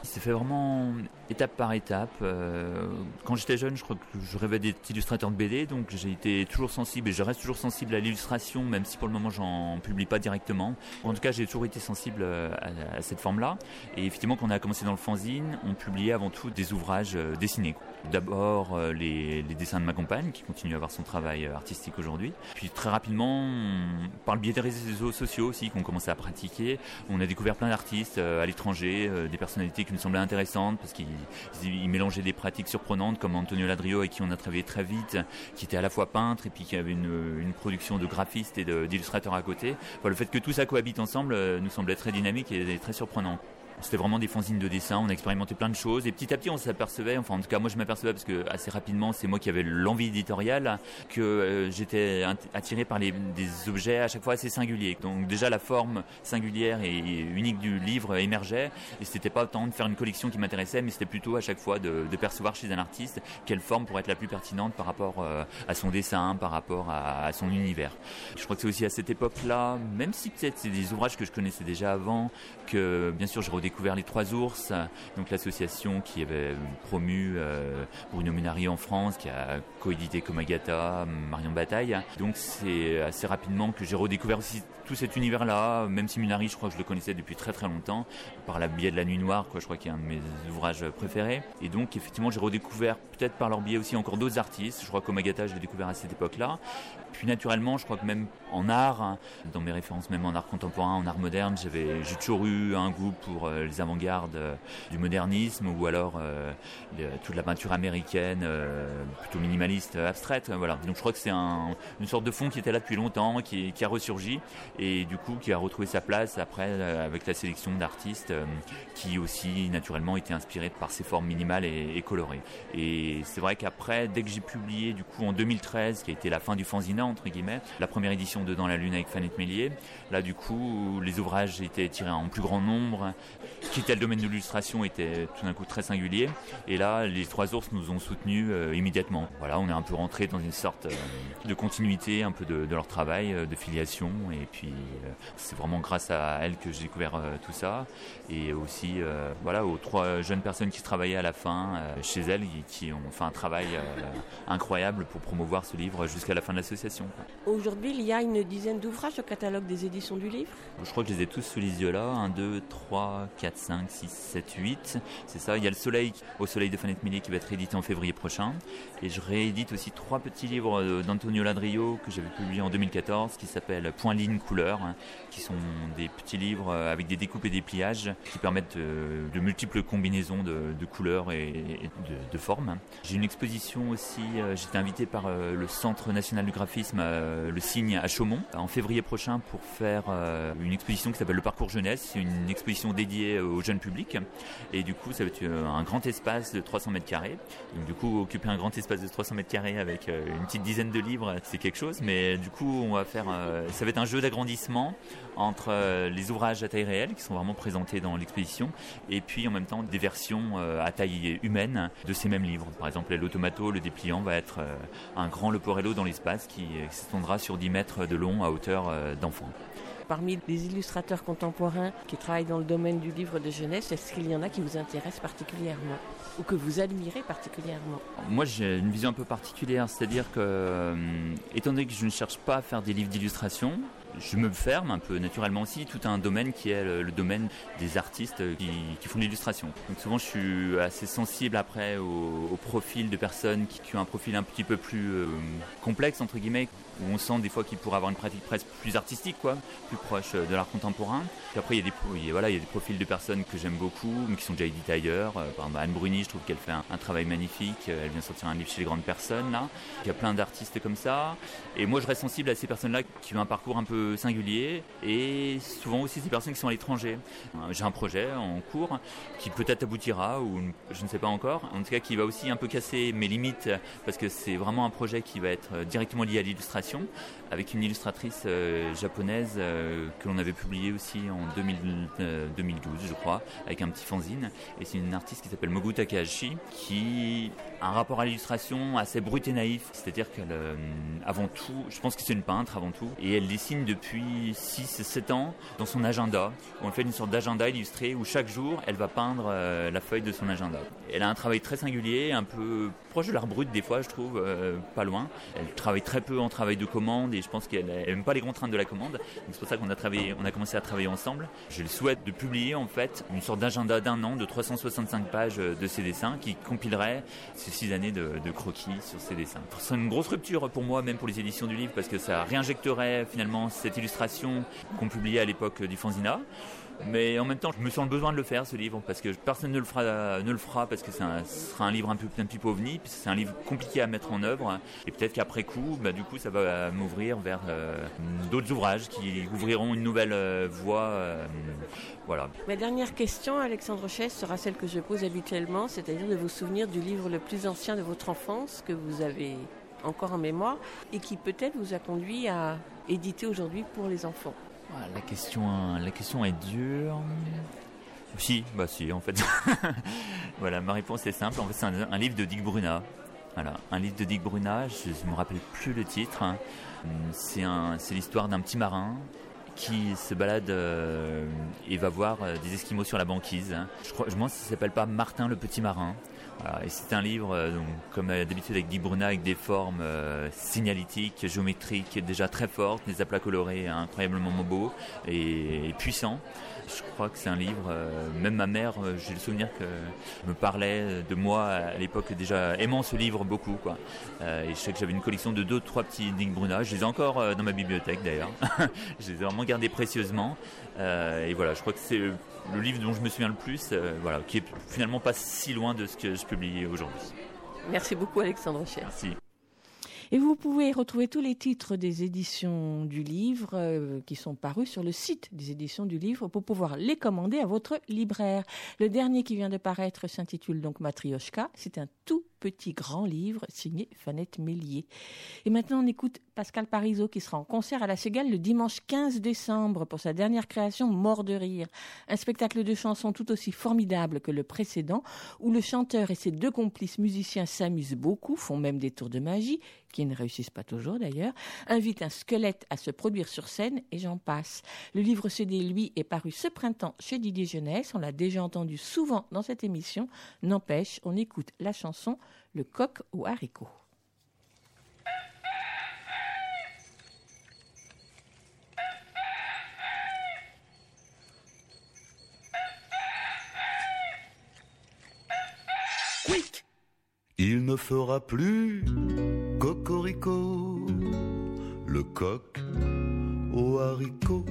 C'est fait vraiment étape par étape. Euh, quand j'étais jeune, je crois que je rêvais d'être illustrateur de B D, donc j'ai été toujours sensible et je reste toujours sensible à l'illustration, même si pour le moment j'en publie pas directement. En tout cas, j'ai toujours été sensible à, à cette forme-là. Et effectivement, quand on a commencé dans le fanzine, on publiait avant tout des ouvrages dessinés. D'abord les, les dessins de ma compagne, qui continue à avoir son travail artistique aujourd'hui. Puis très rapidement, on, par le biais des réseaux sociaux aussi, qu'on commençait à pratiquer, on a découvert plein d'artistes à l'étranger, des personnalités qui nous semblaient intéressantes parce qu'ils ils mélangeaient des pratiques surprenantes, comme Antonio Ladrio, avec qui on a travaillé très vite, qui était à la fois peintre et puis qui avait une, une production de graphiste et de, d'illustrateur à côté. Enfin, le fait que tout ça cohabite ensemble nous semblait très dynamique et très surprenant. C'était vraiment des fanzines de dessin, on a expérimenté plein de choses et petit à petit on s'apercevait, enfin en tout cas moi je m'apercevais parce que assez rapidement c'est moi qui avais l'envie éditoriale, que euh, j'étais attiré par les, des objets à chaque fois assez singuliers. Donc déjà la forme singulière et unique du livre émergeait et c'était pas tant de faire une collection qui m'intéressait, mais c'était plutôt à chaque fois de, de percevoir chez un artiste quelle forme pourrait être la plus pertinente par rapport euh, à son dessin, par rapport à, à son univers. Je crois que c'est aussi à cette époque-là, même si peut-être c'est des ouvrages que je connaissais déjà avant, que bien sûr j'ai redécouvert les Trois Ours, donc l'association qui avait promu euh, Bruno Munari en France, qui a coédité Komagata, Marion Bataille. Donc c'est assez rapidement que j'ai redécouvert aussi tout cet univers-là, même si Munari, je crois que je le connaissais depuis très très longtemps, par la biais de La Nuit Noire, quoi, je crois qu'il est un de mes ouvrages préférés. Et donc effectivement j'ai redécouvert, peut-être par leur biais aussi, encore d'autres artistes. Je crois que Komagata, je l'ai découvert à cette époque-là. Puis naturellement, je crois que même en art, dans mes références même en art contemporain, en art moderne, j'avais, j'ai toujours eu un goût pour euh, les avant-gardes euh, du modernisme ou alors euh, les, toute la peinture américaine, euh, plutôt minimaliste, abstraite. Voilà. Donc je crois que c'est un, une sorte de fond qui était là depuis longtemps, qui, qui a ressurgi et du coup qui a retrouvé sa place après euh, avec la sélection d'artistes euh, qui aussi naturellement étaient inspirés par ces formes minimales et, et colorées. Et c'est vrai qu'après, dès que j'ai publié du coup en deux mille treize, qui a été la fin du fanzina entre guillemets, la première édition de Dans la Lune avec Fanette Méliès, là du coup les ouvrages étaient tirés en plus grand nombre, quitter le domaine de l'illustration était tout d'un coup très singulier et là les Trois Ours nous ont soutenus euh, immédiatement. Voilà, on est un peu rentré dans une sorte euh, de continuité un peu de, de leur travail, euh, de filiation et puis euh, c'est vraiment grâce à elles que j'ai découvert euh, tout ça et aussi euh, voilà aux trois jeunes personnes qui travaillaient à la fin euh, chez elles qui, qui ont fait un travail euh, incroyable pour promouvoir ce livre jusqu'à la fin de l'association. Aujourd'hui, il y a une dizaine d'ouvrages au catalogue des éditions du livre. Je crois que je les ai tous sous les yeux là. un, deux, trois, quatre, cinq, six, sept, huit. C'est ça. Il y a le Soleil, Au Soleil de Fanette Méliès qui va être réédité en février prochain. Et je réédite aussi trois petits livres d'Antonio Ladrio que j'avais publiés en deux mille quatorze qui s'appellent Point, Ligne, Couleur, hein, qui sont des petits livres avec des découpes et des pliages qui permettent de, de multiples combinaisons de, de couleurs et, et de, de formes. J'ai une exposition aussi. J'étais invité par le Centre National du Graphisme, le Cygne à Chaumont, en février prochain pour faire une exposition qui s'appelle Le Parcours Jeunesse. C'est une exposition dédiée au jeune public et du coup ça va être un grand espace de trois cents mètres carrés. Donc du coup occuper un grand espace de trois cents mètres carrés avec une petite dizaine de livres, c'est quelque chose, mais du coup on va faire, ça va être un jeu d'agrandissement entre les ouvrages à taille réelle qui sont vraiment présentés dans l'exposition et puis en même temps des versions à taille humaine de ces mêmes livres. Par exemple l'automato, le dépliant va être un grand Leporello dans l'espace qui s'étendra sur dix mètres de long à hauteur d'enfant. Parmi les illustrateurs contemporains qui travaillent dans le domaine du livre de jeunesse, est-ce qu'il y en a qui vous intéressent particulièrement ou que vous admirez particulièrement? Moi, j'ai une vision un peu particulière, c'est-à-dire que, euh, étant donné que je ne cherche pas à faire des livres d'illustration, je me ferme un peu naturellement aussi tout un domaine qui est le, le domaine des artistes qui, qui font de l'illustration. Donc souvent je suis assez sensible après au, au profil de personnes qui, qui ont un profil un petit peu plus euh, complexe entre guillemets, où on sent des fois qu'ils pourraient avoir une pratique presque plus artistique, quoi, plus proche de l'art contemporain. Puis après il y a des, il y a, voilà, il y a des profils de personnes que j'aime beaucoup, mais qui sont déjà édités ailleurs. Euh, par exemple Anne Bruni, je trouve qu'elle fait un, un travail magnifique. Elle vient sortir un livre chez les grandes personnes là. Il y a plein d'artistes comme ça. Et moi je reste sensible à ces personnes-là qui ont un parcours un peu singulier et souvent aussi ces personnes qui sont à l'étranger. J'ai un projet en cours qui peut-être aboutira ou je ne sais pas encore, en tout cas qui va aussi un peu casser mes limites parce que c'est vraiment un projet qui va être directement lié à l'illustration avec une illustratrice euh, japonaise euh, que l'on avait publiée aussi en deux mille, euh, deux mille douze je crois avec un petit fanzine et c'est une artiste qui s'appelle Mogu Takahashi qui a un rapport à l'illustration assez brut et naïf, c'est-à-dire qu'elle euh, avant tout, je pense que c'est une peintre avant tout et elle dessine de depuis six sept ans dans son agenda. On fait une sorte d'agenda illustré où chaque jour, elle va peindre euh, la feuille de son agenda. Elle a un travail très singulier, un peu proche de l'art brut des fois, je trouve, euh, pas loin. Elle travaille très peu en travail de commande et je pense qu'elle n'aime pas les contraintes de la commande. Donc c'est pour ça qu'on a, travaillé, on a commencé à travailler ensemble. J'ai le souhait de publier en fait une sorte d'agenda d'un an de trois cent soixante-cinq pages de ses dessins qui compilerait ces six années de, de croquis sur ses dessins. C'est une grosse rupture pour moi, même pour les éditions du livre, parce que ça réinjecterait finalement cette illustration qu'on publiait à l'époque du Fanzina. Mais en même temps, je me sens le besoin de le faire, ce livre, parce que personne ne le fera, ne le fera parce que c'est un, ce sera un livre un peu, un petit peu ovni, puisque c'est un livre compliqué à mettre en œuvre. Et peut-être qu'après coup, bah, du coup, ça va m'ouvrir vers euh, d'autres ouvrages qui ouvriront une nouvelle euh, voie. Euh, voilà. Ma dernière question, Alexandre Chess, sera celle que je pose habituellement, c'est-à-dire de vous souvenir du livre le plus ancien de votre enfance que vous avez encore en mémoire et qui peut-être vous a conduit à éditer aujourd'hui pour les enfants. La question, la question est dure. Si, bah si, en fait. Voilà, ma réponse est simple. En fait, c'est un, un livre de Dick Bruna. Voilà, un livre de Dick Bruna. Je ne me rappelle plus le titre. C'est, un, c'est l'histoire d'un petit marin qui se balade euh, et va voir euh, des Esquimaux sur la banquise. Je crois, je me demande si ça s'appelle pas Martin le petit marin. Voilà, et c'est un livre, euh, donc, comme d'habitude avec Dick Bruna, avec des formes euh, signalétiques, géométriques déjà très fortes, des aplats colorés incroyablement beaux et, et puissants. Je crois que c'est un livre, euh, même ma mère, euh, j'ai le souvenir que me parlait de moi à l'époque déjà aimant ce livre beaucoup, quoi. Euh, et je sais que j'avais une collection de deux, trois petits Dick Bruna. Je les ai encore euh, dans ma bibliothèque d'ailleurs. Je les ai vraiment gardés précieusement. Euh, et voilà, je crois que c'est le livre dont je me souviens le plus, euh, voilà, qui est finalement pas si loin de ce que je publie aujourd'hui. Merci beaucoup Alexandre Chess. Merci. Et vous pouvez retrouver tous les titres des éditions du livre euh, qui sont parus sur le site des éditions du livre pour pouvoir les commander à votre libraire. Le dernier qui vient de paraître s'intitule donc Matrioshka. C'est un tout petit grand livre signé Fanette Mélier. Et maintenant on écoute Pascal Parisot qui sera en concert à la Cigale le dimanche quinze décembre pour sa dernière création Mort de rire. Un spectacle de chansons tout aussi formidable que le précédent où le chanteur et ses deux complices musiciens s'amusent beaucoup, font même des tours de magie qui ne réussissent pas toujours d'ailleurs, invitent un squelette à se produire sur scène et j'en passe. Le livre C D, lui, est paru ce printemps chez Didier Jeunesse. On l'a déjà entendu souvent dans cette émission. N'empêche, on écoute la chanson Le coq aux haricots. Quick! Il ne fera plus cocorico, le coq aux haricots.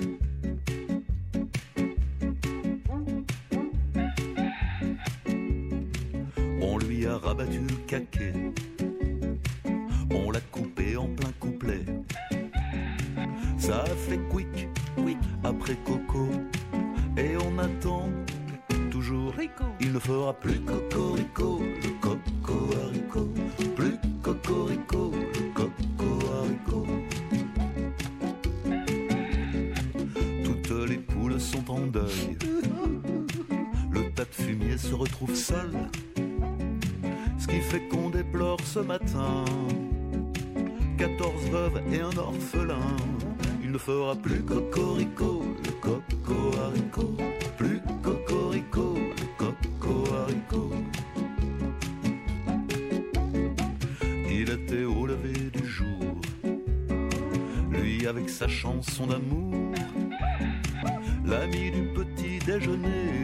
On lui a rabattu le caquet, on l'a coupé en plein couplet. Ça a fait quick, quick, après coco, et on attend toujours. Il ne fera plus cocorico, le coq aux haricots. Plus cocorico, le coq aux haricots. Toutes les poules sont en deuil, le tas de fumier se retrouve seul. Ce qui fait qu'on déplore ce matin quatorze veuves et un orphelin. Il ne fera plus cocorico, le coq aux haricots. Plus cocorico, le coq aux haricots. Il était au lever du jour, lui avec sa chanson d'amour, l'ami du petit déjeuner,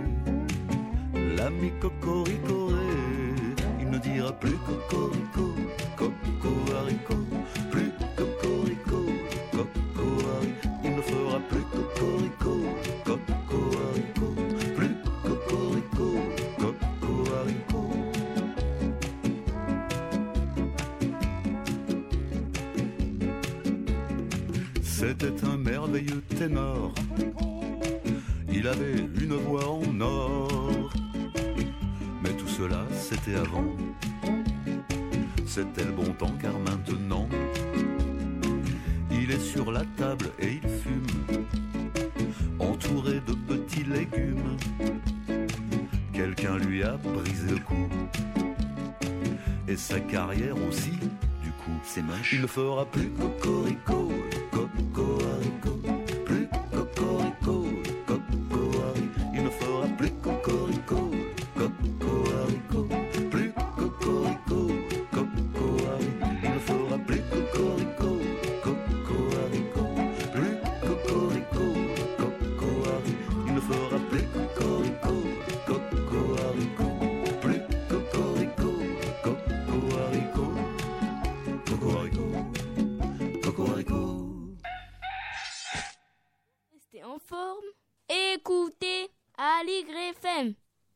l'ami cocoricoré. Il ne dira plus cocorico, coco haricot, plus cocorico, coco haricot. Il ne fera plus cocorico, coco haricot, plus cocorico, coco haricot. C'était un merveilleux ténor, il avait une voix en or. Mais tout cela, c'était avant. C'était le bon temps car maintenant, il est sur la table et il fume, entouré de petits légumes. Quelqu'un lui a brisé le cou, et sa carrière aussi, du coup. C'est moche. Il ne fera plus cocorico, le coq coco haricot, plus cocorico, coco haricot. Il ne fera plus cocorico, coco haricot, plus cocorico, coco haricot. Il ne fera plus cocorico, coco haricot, plus cocorico, coco haricot. Il ne fera plus cocorico, coco haricot, plus cocorico, coco haricot, coco haricot, coco haricot. Restez en forme, écoutez Aligre F M.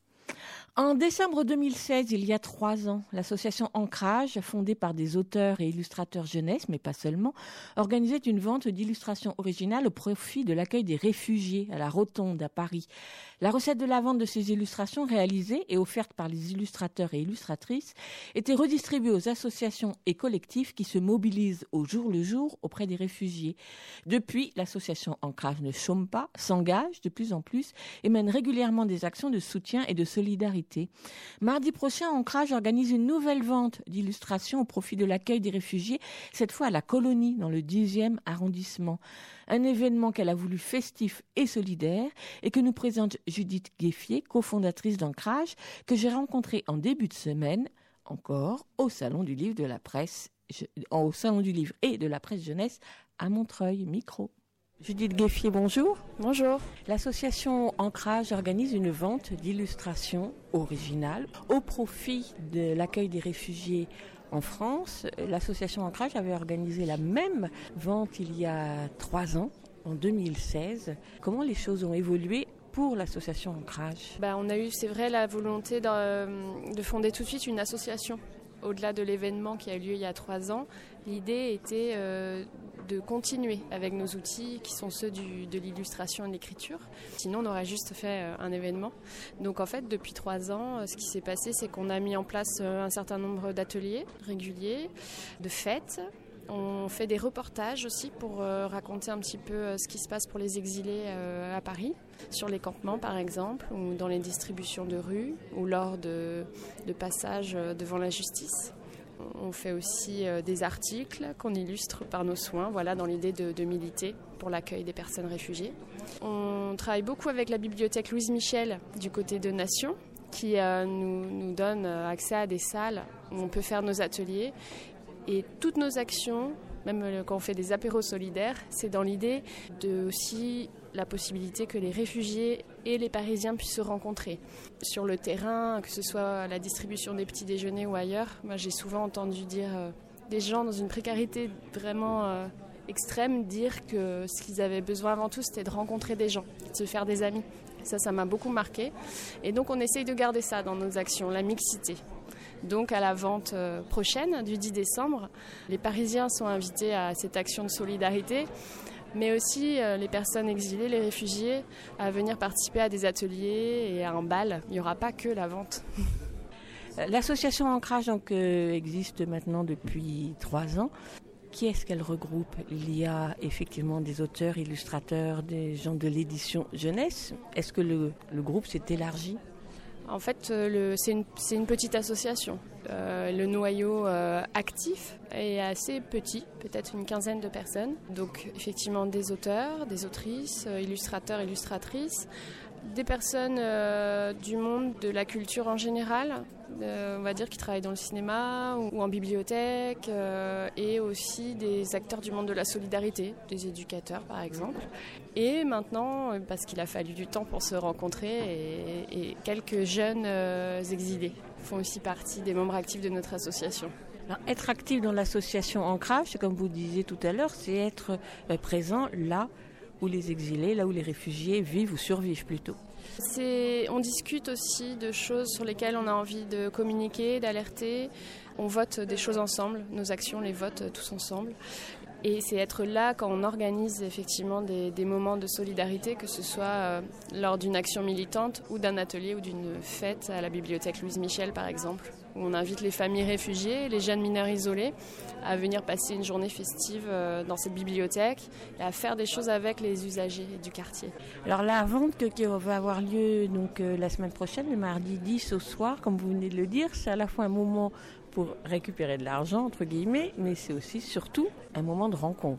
En décembre deux mille seize, il y a trois ans, l'association Ancrage, fondée par des auteurs et illustrateurs jeunesse, mais pas seulement, organisait une vente d'illustrations originales au profit de l'accueil des réfugiés à la Rotonde à Paris. La recette de la vente de ces illustrations réalisées et offertes par les illustrateurs et illustratrices était redistribuée aux associations et collectifs qui se mobilisent au jour le jour auprès des réfugiés. Depuis, l'association Ancrage ne chôme pas, s'engage de plus en plus et mène régulièrement des actions de soutien et de solidarité. Mardi prochain, Ancrage organise une nouvelle vente d'illustrations au profit de l'accueil des réfugiés, cette fois à la Colonie, dans le dixième arrondissement. Un événement qu'elle a voulu festif et solidaire et que nous présente Judith Gueffier, cofondatrice d'Ancrage, que j'ai rencontrée en début de semaine, encore, au Salon du Livre de la Presse, au Salon du Livre et de la Presse Jeunesse à Montreuil. Micro. Judith Gueffier, bonjour. Bonjour. L'association Ancrage organise une vente d'illustrations originales au profit de l'accueil des réfugiés en France. L'association Ancrage avait organisé la même vente il y a trois ans, en deux mille seize. Comment les choses ont évolué pour l'association Ancrage? Bah, on a eu, c'est vrai, la volonté de, de fonder tout de suite une association. Au-delà de l'événement qui a eu lieu il y a trois ans, l'idée était euh, de continuer avec nos outils qui sont ceux du, de l'illustration et de l'écriture. Sinon, on aurait juste fait euh, un événement. Donc en fait, depuis trois ans, euh, ce qui s'est passé, c'est qu'on a mis en place euh, un certain nombre d'ateliers réguliers, de fêtes. On fait des reportages aussi pour euh, raconter un petit peu euh, ce qui se passe pour les exilés euh, à Paris, sur les campements par exemple, ou dans les distributions de rue, ou lors de, de passages euh, devant la justice. On fait aussi euh, des articles qu'on illustre par nos soins, voilà, dans l'idée de, de militer pour l'accueil des personnes réfugiées. On travaille beaucoup avec la bibliothèque Louise Michel du côté de Nation, qui euh, nous, nous donne accès à des salles où on peut faire nos ateliers. Et toutes nos actions, même quand on fait des apéros solidaires, c'est dans l'idée de aussi la possibilité que les réfugiés et les Parisiens puissent se rencontrer. Sur le terrain, que ce soit la distribution des petits déjeuners ou ailleurs, moi j'ai souvent entendu dire euh, des gens dans une précarité vraiment euh, extrême dire que ce qu'ils avaient besoin avant tout, c'était de rencontrer des gens, de se faire des amis. Ça, ça m'a beaucoup marqué. Et donc on essaye de garder ça dans nos actions, la mixité. Donc à la vente prochaine du dix décembre, les Parisiens sont invités à cette action de solidarité, mais aussi les personnes exilées, les réfugiés, à venir participer à des ateliers et à un bal. Il n'y aura pas que la vente. L'association Ancrage donc, euh, existe maintenant depuis trois ans. Qui est-ce qu'elle regroupe? Il y a effectivement des auteurs, illustrateurs, des gens de l'édition jeunesse. Est-ce que le, le groupe s'est élargi? En fait, le, c'est, une, c'est une petite association. Euh, le noyau euh, actif est assez petit, peut-être une quinzaine de personnes. Donc effectivement des auteurs, des autrices, euh, illustrateurs, illustratrices, des personnes euh, du monde de la culture en général, euh, on va dire qui travaillent dans le cinéma ou, ou en bibliothèque, euh, et aussi des acteurs du monde de la solidarité, des éducateurs par exemple. Et maintenant, parce qu'il a fallu du temps pour se rencontrer, et, et quelques jeunes euh, exilés font aussi partie des membres actifs de notre association. Alors, être actif dans l'association Ancrage, comme vous disiez tout à l'heure, c'est être euh, présent là où les exilés, là où les réfugiés vivent ou survivent plutôt. C'est, on discute aussi de choses sur lesquelles on a envie de communiquer, d'alerter. On vote des choses ensemble, nos actions les votent tous ensemble. Et c'est être là quand on organise effectivement des, des moments de solidarité, que ce soit euh, lors d'une action militante ou d'un atelier ou d'une fête à la bibliothèque Louise Michel par exemple, où on invite les familles réfugiées, les jeunes mineurs isolés à venir passer une journée festive euh, dans cette bibliothèque et à faire des choses avec les usagers du quartier. Alors la vente qui va avoir lieu donc, euh, la semaine prochaine, le mardi dix au soir, comme vous venez de le dire, c'est à la fois un moment pour récupérer de l'argent, entre guillemets, mais c'est aussi surtout un moment de rencontre. Oui,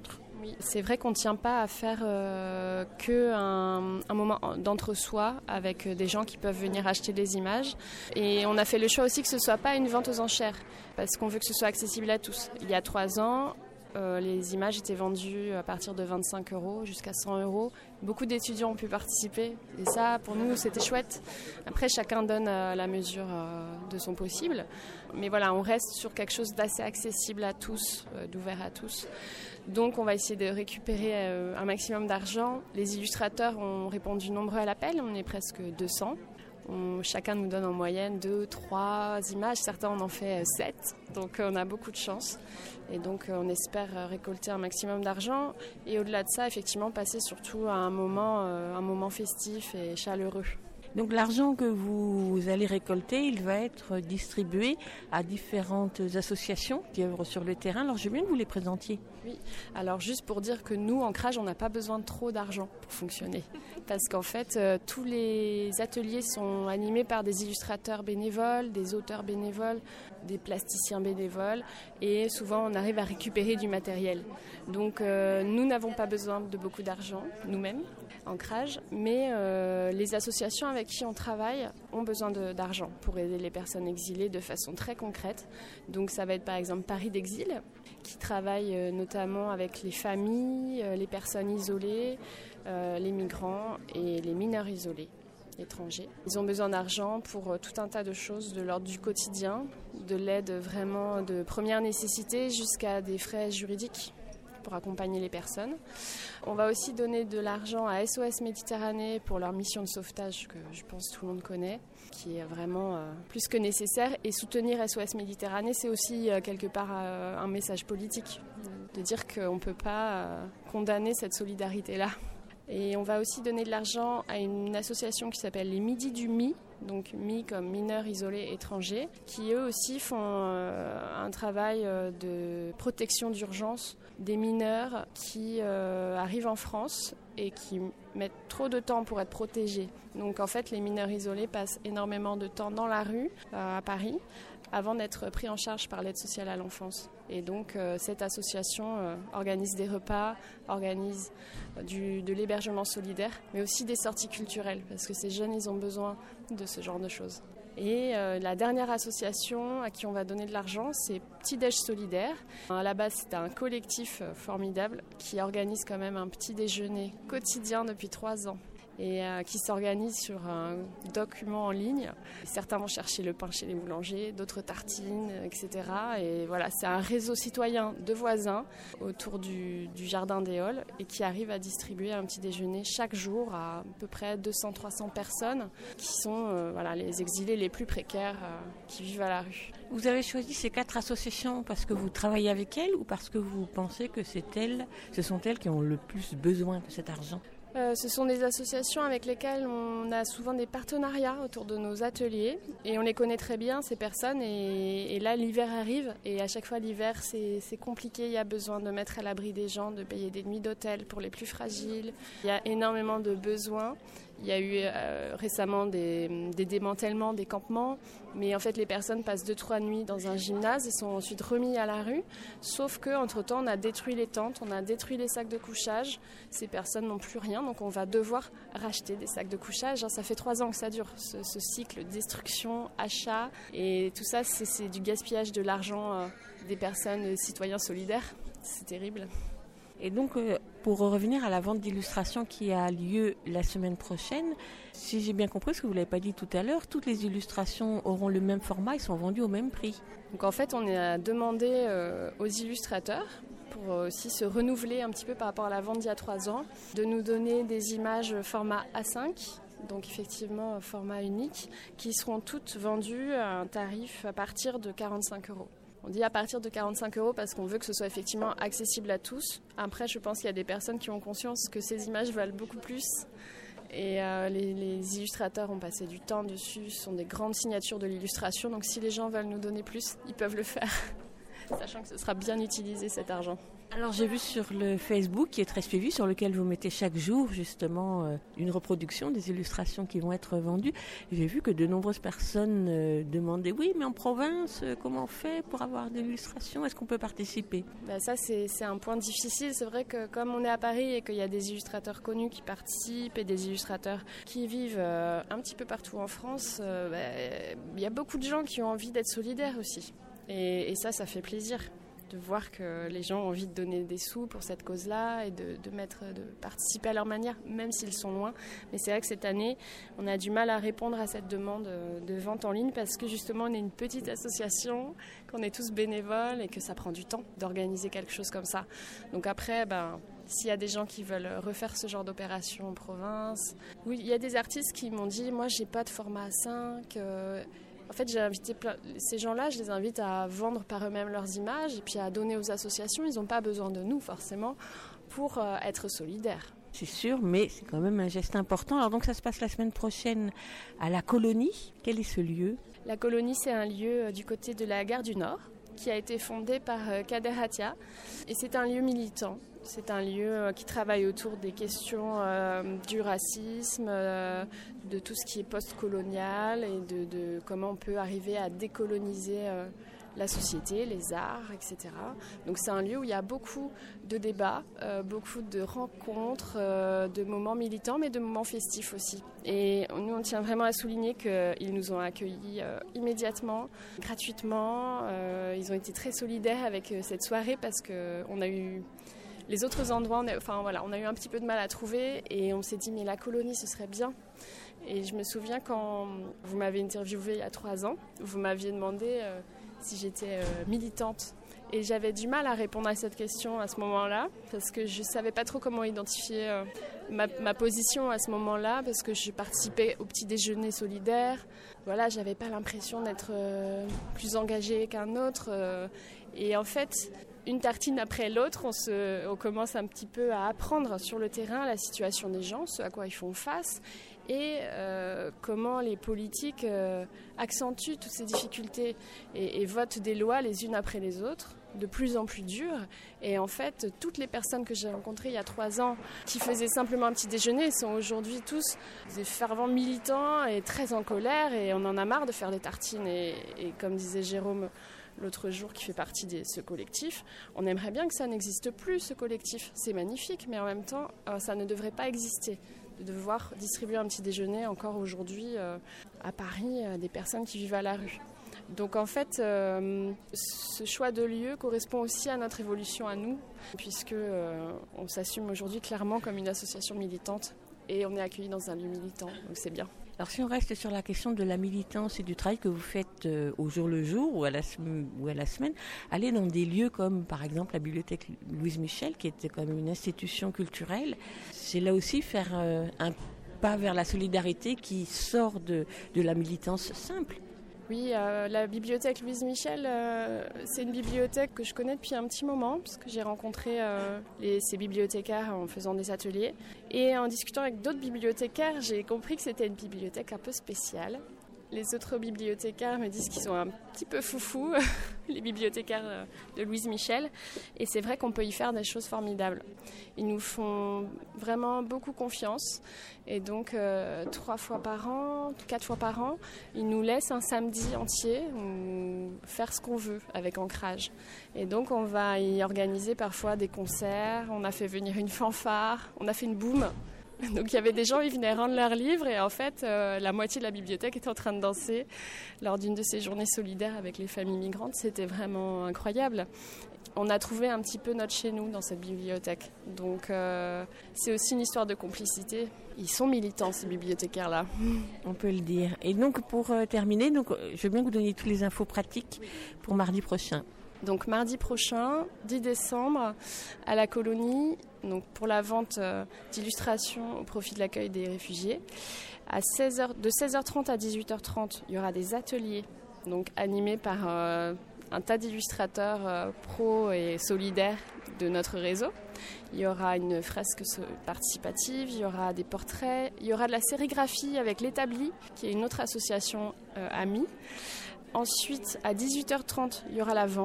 Oui, c'est vrai qu'on ne tient pas à faire euh, que un, un moment d'entre-soi avec des gens qui peuvent venir acheter des images. Et on a fait le choix aussi que ce ne soit pas une vente aux enchères, parce qu'on veut que ce soit accessible à tous. Il y a trois ans, euh, les images étaient vendues à partir de vingt-cinq euros jusqu'à cent euros. Beaucoup d'étudiants ont pu participer et ça, pour nous, c'était chouette. Après, chacun donne à la mesure euh, de son possible. Mais voilà, on reste sur quelque chose d'assez accessible à tous, euh, d'ouvert à tous. Donc, on va essayer de récupérer euh, un maximum d'argent. Les illustrateurs ont répondu nombreux à l'appel, on est presque deux cents. On, chacun nous donne en moyenne deux, trois images. Certains en ont fait sept, donc on a beaucoup de chance. Et donc on espère récolter un maximum d'argent. Et au-delà de ça, effectivement, passer surtout à un moment, euh, un moment festif et chaleureux. Donc l'argent que vous allez récolter, il va être distribué à différentes associations qui œuvrent sur le terrain. Alors je veux bien que vous les présentiez. Oui, alors juste pour dire que nous, Ancrage, on n'a pas besoin de trop d'argent pour fonctionner. Parce qu'en fait, euh, tous les ateliers sont animés par des illustrateurs bénévoles, des auteurs bénévoles, des plasticiens bénévoles. Et souvent, on arrive à récupérer du matériel. Donc euh, nous n'avons pas besoin de beaucoup d'argent, nous-mêmes, Ancrage. Mais euh, les associations avec qui on travaille ont besoin de, d'argent pour aider les personnes exilées de façon très concrète. Donc ça va être par exemple Paris d'Exil, qui travaille euh, notamment avec les familles, euh, les personnes isolées, euh, les migrants et les mineurs isolés étrangers. Ils ont besoin d'argent pour euh, tout un tas de choses de l'ordre du quotidien, de l'aide vraiment de première nécessité jusqu'à des frais juridiques pour accompagner les personnes. On va aussi donner de l'argent à S O S Méditerranée pour leur mission de sauvetage que je pense tout le monde connaît, qui est vraiment euh, plus que nécessaire. Et soutenir S O S Méditerranée, c'est aussi euh, quelque part euh, un message politique, de dire qu'on ne peut pas euh, condamner cette solidarité-là. Et on va aussi donner de l'argent à une association qui s'appelle les Midis du M I, donc M I comme mineurs isolés étrangers, qui eux aussi font euh, un travail euh, de protection d'urgence des mineurs qui euh, arrivent en France et qui mettent trop de temps pour être protégés. Donc en fait, les mineurs isolés passent énormément de temps dans la rue euh, à Paris avant d'être pris en charge par l'aide sociale à l'enfance. Et donc euh, cette association euh, organise des repas, organise euh, du, de l'hébergement solidaire, mais aussi des sorties culturelles, parce que ces jeunes, ils ont besoin de ce genre de choses. Et euh, la dernière association à qui on va donner de l'argent, c'est Petit Déj Solidaire. À la base, c'est un collectif euh, formidable qui organise quand même un petit déjeuner quotidien depuis trois ans. Et euh, qui s'organise sur un document en ligne. Certains vont chercher le pain chez les boulangers, d'autres tartines, et cetera. Et voilà, c'est un réseau citoyen de voisins autour du, du jardin des Halles et qui arrive à distribuer un petit déjeuner chaque jour à à peu près deux cents à trois cents personnes qui sont euh, voilà, les exilés les plus précaires euh, qui vivent à la rue. Vous avez choisi ces quatre associations parce que vous travaillez avec elles ou parce que vous pensez que c'est elles, ce sont elles qui ont le plus besoin de cet argent ? Euh, ce sont des associations avec lesquelles on a souvent des partenariats autour de nos ateliers et on les connaît très bien, ces personnes. Et, et là, l'hiver arrive et à chaque fois, l'hiver, c'est, c'est compliqué. Il y a besoin de mettre à l'abri des gens, de payer des nuits d'hôtel pour les plus fragiles. Il y a énormément de besoins. Il y a eu euh, récemment des, des démantèlements, des campements, mais en fait les personnes passent deux trois nuits dans un gymnase et sont ensuite remis à la rue, sauf qu'entre-temps on a détruit les tentes, on a détruit les sacs de couchage, ces personnes n'ont plus rien, donc on va devoir racheter des sacs de couchage. Ça fait trois ans que ça dure, ce, ce cycle destruction, achat, et tout ça c'est, c'est du gaspillage de l'argent euh, des personnes, des citoyens solidaires, c'est terrible. Et donc, euh, pour revenir à la vente d'illustrations qui a lieu la semaine prochaine, si j'ai bien compris ce que vous ne l'avez pas dit tout à l'heure, toutes les illustrations auront le même format et sont vendues au même prix. Donc en fait, on a demandé euh, aux illustrateurs, pour aussi se renouveler un petit peu par rapport à la vente d'il y a trois ans, de nous donner des images format A cinq, donc effectivement format unique, qui seront toutes vendues à un tarif à partir de quarante-cinq euros. On dit à partir de quarante-cinq euros parce qu'on veut que ce soit effectivement accessible à tous. Après, je pense qu'il y a des personnes qui ont conscience que ces images valent beaucoup plus. Et euh, les, les illustrateurs ont passé du temps dessus, ce sont des grandes signatures de l'illustration. Donc si les gens veulent nous donner plus, ils peuvent le faire. sachant que ce sera bien utilisé cet argent. Alors j'ai vu sur le Facebook qui est très suivi, sur lequel vous mettez chaque jour justement euh, une reproduction des illustrations qui vont être vendues. J'ai vu que de nombreuses personnes euh, demandaient oui mais en province euh, comment on fait pour avoir des illustrations, est-ce qu'on peut participer? Ben ça c'est, c'est un point difficile, c'est vrai que comme on est à Paris et qu'il y a des illustrateurs connus qui participent et des illustrateurs qui vivent euh, un petit peu partout en France, euh, ben, il y a beaucoup de gens qui ont envie d'être solidaires aussi et, et ça ça fait plaisir de voir que les gens ont envie de donner des sous pour cette cause-là et de, de, mettre, de participer à leur manière, même s'ils sont loin. Mais c'est vrai que cette année, on a du mal à répondre à cette demande de vente en ligne parce que justement, on est une petite association, qu'on est tous bénévoles et que ça prend du temps d'organiser quelque chose comme ça. Donc après, ben, s'il y a des gens qui veulent refaire ce genre d'opération en province, oui, il y a des artistes qui m'ont dit « moi, j'ai pas de format A cinq euh, ». En fait, j'ai invité plein... ces gens-là, je les invite à vendre par eux-mêmes leurs images et puis à donner aux associations. Ils n'ont pas besoin de nous, forcément, pour euh, être solidaires. C'est sûr, mais c'est quand même un geste important. Alors donc, ça se passe la semaine prochaine à la Colonie. Quel est ce lieu? La Colonie, c'est un lieu euh, du côté de la gare du Nord qui a été fondé par euh, Kader Hatia. Et c'est un lieu militant. C'est un lieu euh, qui travaille autour des questions euh, du racisme, euh, de tout ce qui est post-colonial et de, de comment on peut arriver à décoloniser euh, la société, les arts, et cetera. Donc c'est un lieu où il y a beaucoup de débats, euh, beaucoup de rencontres, euh, de moments militants, mais de moments festifs aussi. Et nous, on tient vraiment à souligner qu'ils nous ont accueillis euh, immédiatement, gratuitement. Euh, ils ont été très solidaires avec euh, cette soirée parce qu'on a eu... Les autres endroits, on a, enfin, voilà, on a eu un petit peu de mal à trouver et on s'est dit mais la Colonie ce serait bien. Et je me souviens quand vous m'avez interviewée il y a trois ans, vous m'aviez demandé euh, si j'étais euh, militante. Et j'avais du mal à répondre à cette question à ce moment-là parce que je ne savais pas trop comment identifier euh, ma, ma position à ce moment-là parce que je participais au petit déjeuner solidaire. Voilà, j'avais pas l'impression d'être euh, plus engagée qu'un autre. Euh, et en fait... Une tartine après l'autre, on, se, on commence un petit peu à apprendre sur le terrain la situation des gens, ce à quoi ils font face et euh, comment les politiques euh, accentuent toutes ces difficultés et, et votent des lois les unes après les autres, de plus en plus dures. Et en fait, toutes les personnes que j'ai rencontrées il y a trois ans qui faisaient simplement un petit déjeuner sont aujourd'hui tous des fervents militants et très en colère et on en a marre de faire des tartines. Et, et comme disait Jérôme l'autre jour qui fait partie de ce collectif, on aimerait bien que ça n'existe plus, ce collectif. C'est magnifique, mais en même temps, euh, ça ne devrait pas exister. De devoir distribuer un petit déjeuner encore aujourd'hui euh, à Paris à des personnes qui vivent à la rue. Donc en fait, euh, ce choix de lieu correspond aussi à notre évolution à nous, puisque euh, on s'assume aujourd'hui clairement comme une association militante et on est accueillis dans un lieu militant, donc c'est bien. Alors si on reste sur la question de la militance et du travail que vous faites euh, au jour le jour ou à, la, ou à la semaine, aller dans des lieux comme par exemple la bibliothèque Louise Michel, qui était quand même une institution culturelle, c'est là aussi faire euh, un pas vers la solidarité qui sort de, de la militance simple. Oui, euh, la bibliothèque Louise Michel, euh, c'est une bibliothèque que je connais depuis un petit moment, parce que j'ai rencontré euh, les, ces bibliothécaires en faisant des ateliers. Et en discutant avec d'autres bibliothécaires, j'ai compris que c'était une bibliothèque un peu spéciale. Les autres bibliothécaires me disent qu'ils sont un petit peu foufous, les bibliothécaires de Louise Michel. Et c'est vrai qu'on peut y faire des choses formidables. Ils nous font vraiment beaucoup confiance. Et donc, euh, trois fois par an, quatre fois par an, ils nous laissent un samedi entier où faire ce qu'on veut avec Ancrage. Et donc, on va y organiser parfois des concerts. On a fait venir une fanfare. On a fait une boum. Donc il y avait des gens, ils venaient rendre leurs livres et en fait euh, la moitié de la bibliothèque était en train de danser lors d'une de ces journées solidaires avec les familles migrantes. C'était vraiment incroyable. On a trouvé un petit peu notre chez nous dans cette bibliothèque. Donc euh, c'est aussi une histoire de complicité. Ils sont militants ces bibliothécaires-là. On peut le dire. Et donc pour euh, terminer, donc, je veux bien que vous donniez toutes les infos pratiques pour mardi prochain. Donc mardi prochain, dix décembre, à la Colonie, donc pour la vente euh, d'illustrations au profit de l'accueil des réfugiés. À seize heures, de seize heures trente à dix-huit heures trente, il y aura des ateliers donc animés par euh, un tas d'illustrateurs euh, pros et solidaires de notre réseau. Il y aura une fresque participative, il y aura des portraits, il y aura de la sérigraphie avec l'Établi, qui est une autre association euh, amie. Ensuite, à dix-huit heures trente, il y aura la vente.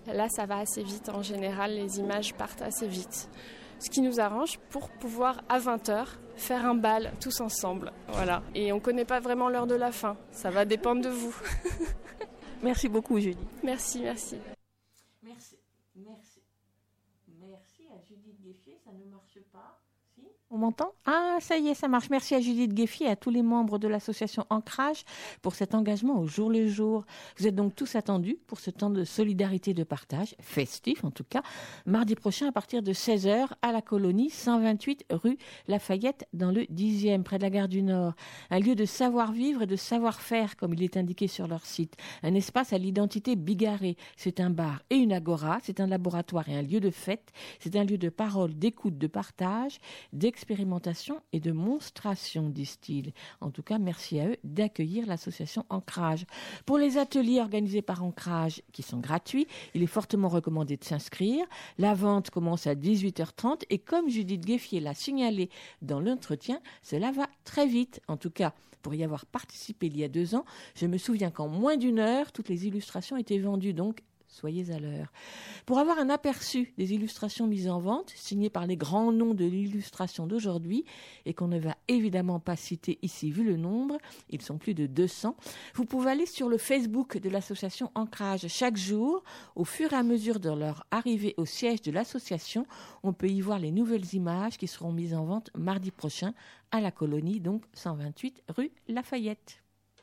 Là, ça va assez vite. En général, les images partent assez vite. Ce qui nous arrange pour pouvoir, à vingt heures, faire un bal tous ensemble. Voilà. Et on ne connaît pas vraiment l'heure de la fin. Ça va dépendre de vous. Merci beaucoup, Julie. Merci, merci. Merci. Merci. Merci à Judith Gueffier. Ça ne marche pas. Si ? On m'entend ? Ah, ça y est, ça marche. Merci à Judith Gueffier et à tous les membres de l'association Ancrage pour cet engagement au jour le jour. Vous êtes donc tous attendus pour ce temps de solidarité et de partage, festif en tout cas, mardi prochain à partir de seize heures à la Colonie, cent vingt-huit rue Lafayette dans le dixième, près de la gare du Nord. Un lieu de savoir-vivre et de savoir-faire, comme il est indiqué sur leur site. Un espace à l'identité bigarrée. C'est un bar et une agora, c'est un laboratoire et un lieu de fête. C'est un lieu de parole, d'écoute, de partage, d'expérimentation et de monstration, disent-ils. En tout cas, merci à eux d'accueillir l'association Ancrage. Pour les ateliers organisés par Ancrage, qui sont gratuits, il est fortement recommandé de s'inscrire. La vente commence à dix-huit heures trente et comme Judith Gueffier l'a signalé dans l'entretien, cela va très vite. En tout cas, pour y avoir participé il y a deux ans, je me souviens qu'en moins d'une heure, toutes les illustrations étaient vendues, donc soyez à l'heure. Pour avoir un aperçu des illustrations mises en vente, signées par les grands noms de l'illustration d'aujourd'hui, et qu'on ne va évidemment pas citer ici vu le nombre, ils sont plus de deux cents, vous pouvez aller sur le Facebook de l'association Ancrage chaque jour. Au fur et à mesure de leur arrivée au siège de l'association, on peut y voir les nouvelles images qui seront mises en vente mardi prochain à la Colonie, donc cent vingt-huit rue Lafayette.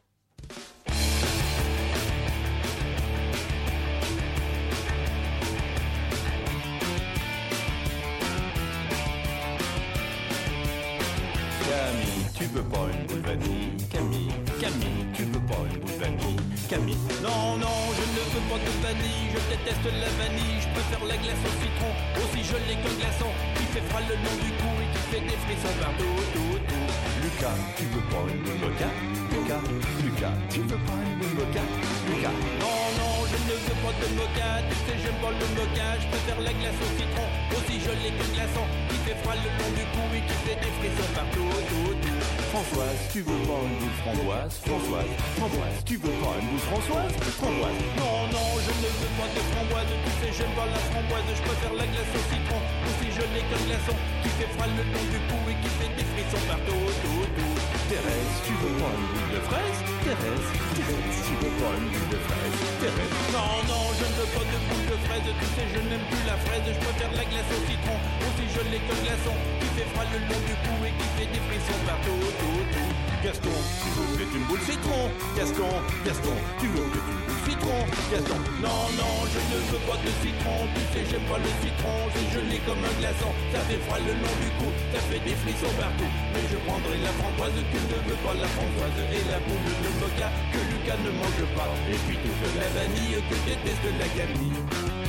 Camille, tu veux pas une boule vanille? Camille, Camille, tu veux pas une boule vanille? Camille, non, non, je ne veux pas de vanille, je déteste la vanille, je préfère la glace au citron, aussi gelée qu'un glaçon, qui fait froid le long du cou et qui fait des frissons partout, tout, tout. Lucas, tu veux pas une boule mocha? Lucas, Lucas, tu veux pas une boule mocha? Lucas, non, non, je ne veux pas de mocha, tu sais j'aime pas le mocha, je préfère la glace au citron, aussi gelée qu'un glaçon, qui fait froid le long du cou et qui fait des frissons partout, tout, tout. Françoise, tu veux pas une boule framboise? Françoise, Françoise, tu veux pas une boule Françoise? Framboise, non, non, je ne veux pas de framboise, tu sais j'aime pas la framboise, je préfère la glace au citron, aussi gelée qu'un glaçon, qui fait froid le long du cou et qui fait des frissons partout, tout, tout. Thérèse, tu veux pas une boule de fraise? Thérèse, Thérèse, tu veux pas une boule de fraise? Thérèse, non, non, je ne veux pas de boule de fraise, tu sais je n'aime plus la fraise, je préfère la glace au citron, aussi gelée qu'un glaçon, qui fait froid le long du cou et qui fait des frissons partout, tout, tout. Gaston, tu veux mettre une boule citron? Gaston, Gaston, tu veux mettre une boule citron? Gaston, non, non, je ne veux pas de citron, tu sais j'aime pas le citron, c'est gelé comme un glaçon, ça fait froid le long du cou, ça fait des frissons partout, mais je prendrai la framboise, tu ne veux pas la framboise, et la boule de mocha que Lucas ne mange pas, et puis toute la vanille que déteste la Camille.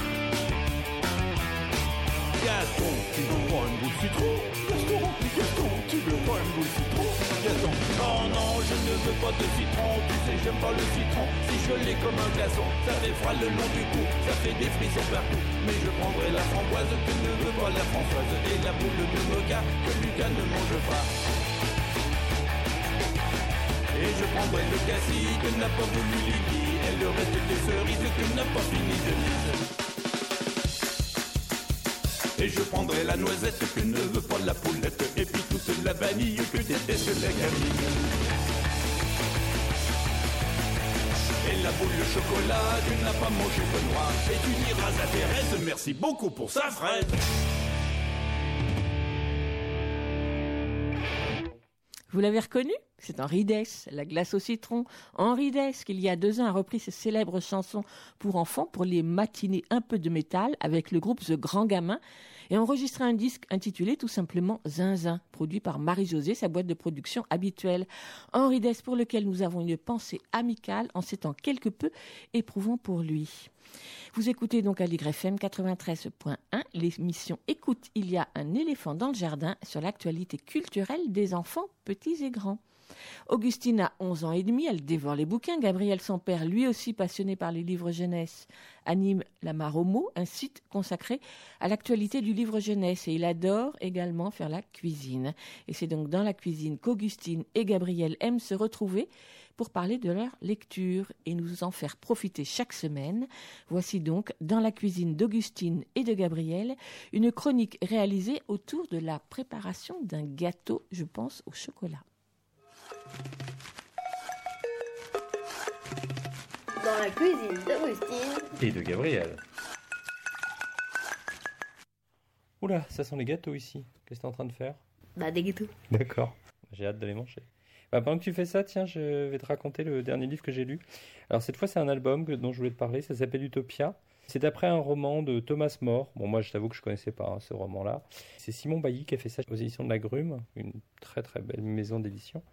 Gaston, tu veux pas une boule citron? Gaston, Gaston, tu veux pas une boule citron? Gaston, non, non, je ne veux pas de citron, tu sais j'aime pas le citron, si je l'ai comme un glaçon, ça fait froid le long du cou, ça fait des frissons partout, mais je prendrai la framboise que ne veut pas la Françoise, et la boule de mocha que Lucas ne mange pas. Et je prendrai le cassis que n'a pas voulu Lily, et le reste des cerises que n'a pas fini de lise. Et je prendrai la noisette que ne veut pas la poulette, et puis toute la vanille que déteste la gamine. Et la boule de chocolat, tu n'as pas mangé Benoît, et tu diras à Thérèse, merci beaucoup pour ça Fred. Vous l'avez reconnu? C'est Henri Dess, la glace au citron. Henri Dess, qui il y a deux ans a repris ses célèbres chansons pour enfants pour les matinées un peu de métal avec le groupe The Grand Gamin et enregistré un disque intitulé tout simplement Zinzin, produit par Marie-Josée, sa boîte de production habituelle. Henri Dess, pour lequel nous avons une pensée amicale en ces temps quelque peu éprouvants pour lui. Vous écoutez donc à l'Y F M quatre-vingt-treize point un l'émission Écoute, il y a un éléphant dans le jardin sur l'actualité culturelle des enfants petits et grands. Augustine a onze ans et demi, elle dévore les bouquins. Gabriel, son père, lui aussi passionné par les livres jeunesse, anime La Mare aux mots, un site consacré à l'actualité du livre jeunesse. Et il adore également faire la cuisine. Et c'est donc dans la cuisine qu'Augustine et Gabriel aiment se retrouver pour parler de leur lecture et nous en faire profiter chaque semaine. Voici donc, dans la cuisine d'Augustine et de Gabriel, une chronique réalisée autour de la préparation d'un gâteau, je pense, au chocolat. Dans la cuisine d'Augustine et de Gabriel. Oula, ça sent les gâteaux ici. Qu'est-ce que tu es en train de faire? Bah, des gâteaux. D'accord, j'ai hâte de les manger. Bah, pendant que tu fais ça, tiens, je vais te raconter le dernier livre que j'ai lu. Alors cette fois, c'est un album que, dont je voulais te parler, ça s'appelle Utopia. C'est d'après un roman de Thomas More. Bon, moi, je t'avoue que je ne connaissais pas hein, ce roman-là. C'est Simon Bailly qui a fait ça aux éditions de La Grume, une très très belle maison d'édition.